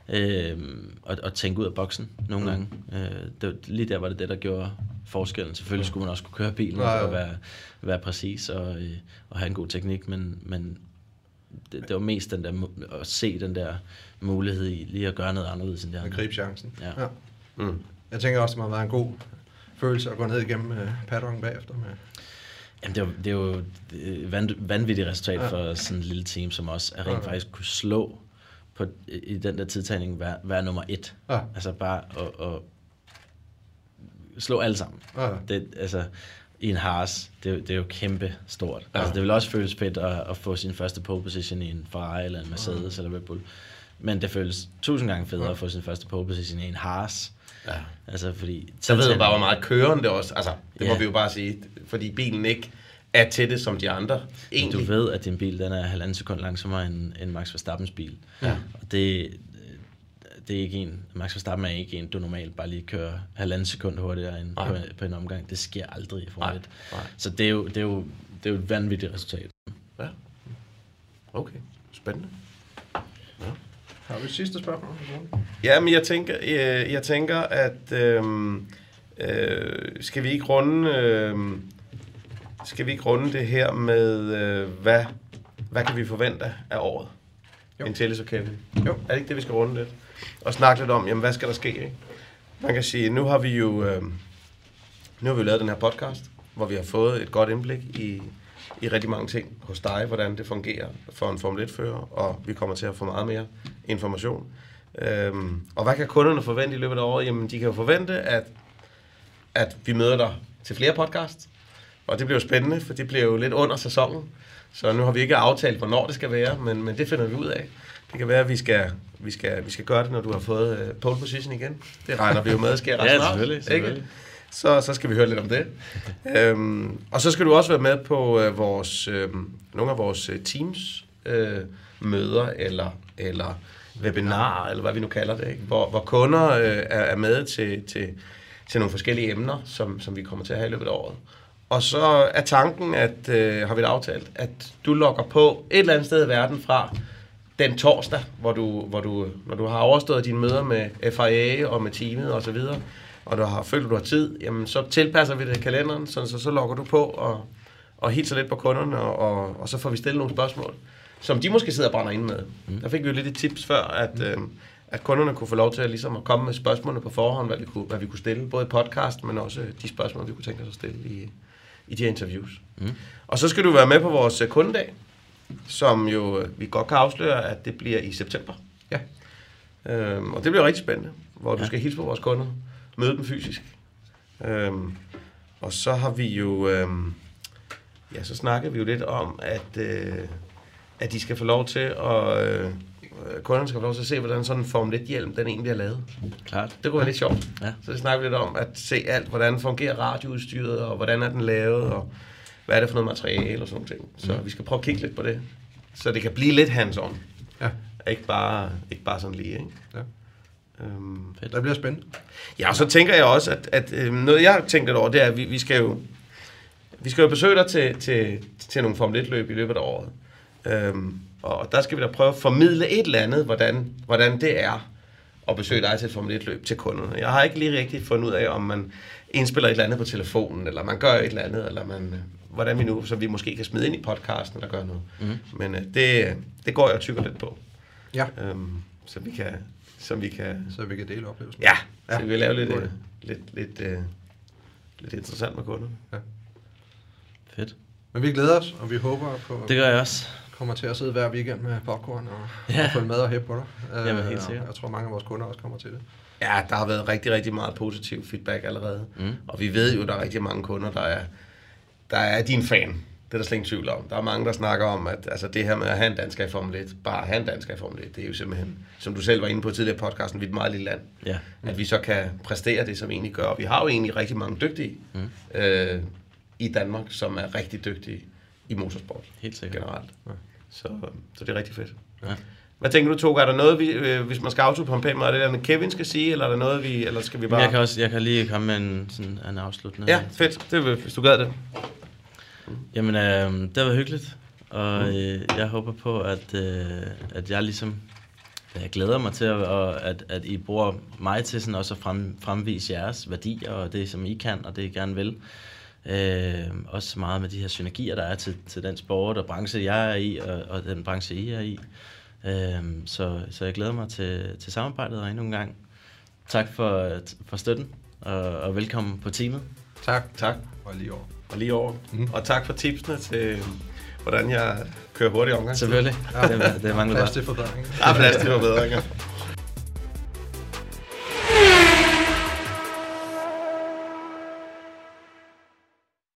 og tænke ud af boksen nogle gange. Lige der var det, der gjorde forskellen. Selvfølgelig skulle man også kunne køre bilen og være præcis og have en god teknik, men det var mest den der, at se den der mulighed i lige at gøre noget anderledes end det andre. At gribe chancen. Ja. Jeg tænker også, det må have været en god følelse at gå ned igennem paddocken bagefter. Jamen, det er jo et vanvittigt resultat for sådan et lille team, som også er rent faktisk kunne slå i den der tidtagning være nummer 1. Altså bare at slå alle sammen. Det, altså, i en Haas, det er jo kæmpe stort. Altså, det vil også føles fedt at få sin første pole position i en Ferrari eller en Mercedes eller Red Bull. Men det føles 1000 gange federe at få sin første pole position i en Haas. Ja. Altså, fordi... Så ved jeg bare, hvor meget køren det også. Altså, det må vi jo bare sige. Fordi bilen ikke er til det som de andre. Egentlig. Du ved, at din bil den er 1,5 sekund langsommere end Max Verstappens bil. Ja. Og det er ikke en... Max Verstappen er ikke en, du normalt bare lige kører 1,5 sekund hurtigere end på en omgang. Det sker aldrig i Formel 1. Så det er jo et vanvittigt resultat. Ja. Okay. Spændende. Ja. Har vi et sidste spørgsmål? Ja, men jeg tænker at skal vi ikke runde det her med hvad kan vi forvente af året? En Tillis og Kevin. Jo. Er det ikke det, vi skal runde lidt? Og snakke lidt om, jamen hvad skal der ske? Ikke? Man kan sige, nu har vi jo lavet den her podcast, hvor vi har fået et godt indblik i rigtig mange ting hos dig, hvordan det fungerer for en Formel 1-fører, og vi kommer til at få meget mere information. Og hvad kan kunderne forvente i løbet af året? Jamen, de kan jo forvente, at vi møder dig til flere podcasts, og det bliver jo spændende, for det bliver jo lidt under sæsonen, så nu har vi ikke aftalt, hvornår det skal være, men det finder vi ud af. Det kan være, at vi skal gøre det, når du har fået pole position igen. Det regner vi jo med, sker ret snart. Selvfølgelig. Ikke? Så skal vi høre lidt om det. Og så skal du også være med på nogle af vores teams møder eller webinarer, eller hvad vi nu kalder det, ikke? Hvor kunder er med til nogle forskellige emner, som vi kommer til at have i løbet af året. Og så er tanken, at har vi det aftalt, at du logger på et eller andet sted i verden fra den torsdag, hvor du har overstået dine møder med FIA og med teamet og så videre, og du har tid, jamen så tilpasser vi det i kalenderen, så logger du på og hilser lidt på kunderne, og så får vi stillet nogle spørgsmål, som de måske sidder og brænder ind med. Der fik vi jo lidt et tips før, at kunderne kunne få lov til ligesom at komme med spørgsmålene på forhånd, hvad vi kunne stille, både i podcast, men også de spørgsmål, vi kunne tænke os at stille i de her interviews. Og så skal du være med på vores kundedag, som jo vi godt kan afsløre, at det bliver i september. Ja. Og det bliver rigtig spændende, hvor du skal hilse på vores kunder, møde dem fysisk. Og så har vi jo, så snakker vi jo lidt om, at de skal få lov til at kunderne skal få lov til at se, hvordan sådan en Formel 1-hjelm, den egentlig er lavet. Klart. Det kunne være lidt sjovt. Ja. Så det snakker vi lidt om, at se alt, hvordan fungerer radioudstyret, og hvordan er den lavet, og hvad er det for noget materiale og sådan noget. Så vi skal prøve at kigge lidt på det, så det kan blive lidt hands-on. Ja. Ikke bare sådan lige, ikke? Ja. Det bliver spændende. Ja, og så tænker jeg også, at noget jeg har tænkt lidt over, det er, at vi skal jo besøge dig til nogle Formel 1-løb i løbet af året. Og der skal vi da prøve at formidle et eller andet, hvordan det er at besøge dig til et Formel 1-løb til kunderne. Jeg har ikke lige rigtig fundet ud af, om man indspiller et eller andet på telefonen, eller man gør et eller andet, eller hvordan vi nu, så vi måske kan smide ind i podcasten, eller gøre noget. Men det går jeg og tykker lidt på. Ja. Så vi kan dele oplevelsen. Ja, så vi kan lave lidt interessant med kunderne. Ja. Fedt. Men vi glæder os, og vi håber på... Det gør jeg også. Kommer til at sidde hver weekend med popcorn og følge med og hæppe på dig. Jamen, helt sikkert. Jeg tror, mange af vores kunder også kommer til det. Ja, der har været rigtig, rigtig meget positiv feedback allerede. Og vi ved jo, at der er rigtig mange kunder, der er din fan. Det er der slet ingen tvivl om. Der er mange, der snakker om, at altså, det her med at have en dansker i Formel 1, bare have en dansker i Formel 1, det er jo simpelthen, som du selv var inde på tidligere i podcasten, vi er et meget lille land. Ja. At vi så kan præstere det, som vi egentlig gør. Og vi har jo egentlig rigtig mange dygtige i Danmark, som er rigtig dygtige i motorsport. Helt sikkert. Generelt. Ja. Så det er rigtig fedt. Ja. Hvad tænker du, Toga? Er der noget, hvis man skal autopumpere med, er det der med Kevin skal sige, eller er der noget, eller skal vi bare... Jeg kan lige komme med en afslutning. Ja, fedt. Det vil, hvis du gad det. Jamen, det var hyggeligt, og jeg håber på, at jeg ligesom... Jeg glæder mig til, at I bruger mig til sådan også at fremvise jeres værdier, og det, som I kan, og det, I gerne vil. Også meget med de her synergier, der er til den sport og branche, jeg er i, og den branche, I er i. Så jeg glæder mig til samarbejdet, og endnu en gang tak for støtten, og velkommen på teamet. Tak. Og lige over. Og tak for tipsene til, hvordan jeg kører hurtigt omgang. Selvfølgelig. Det er mange plads til forbedringer. Der er plads til forbedringer.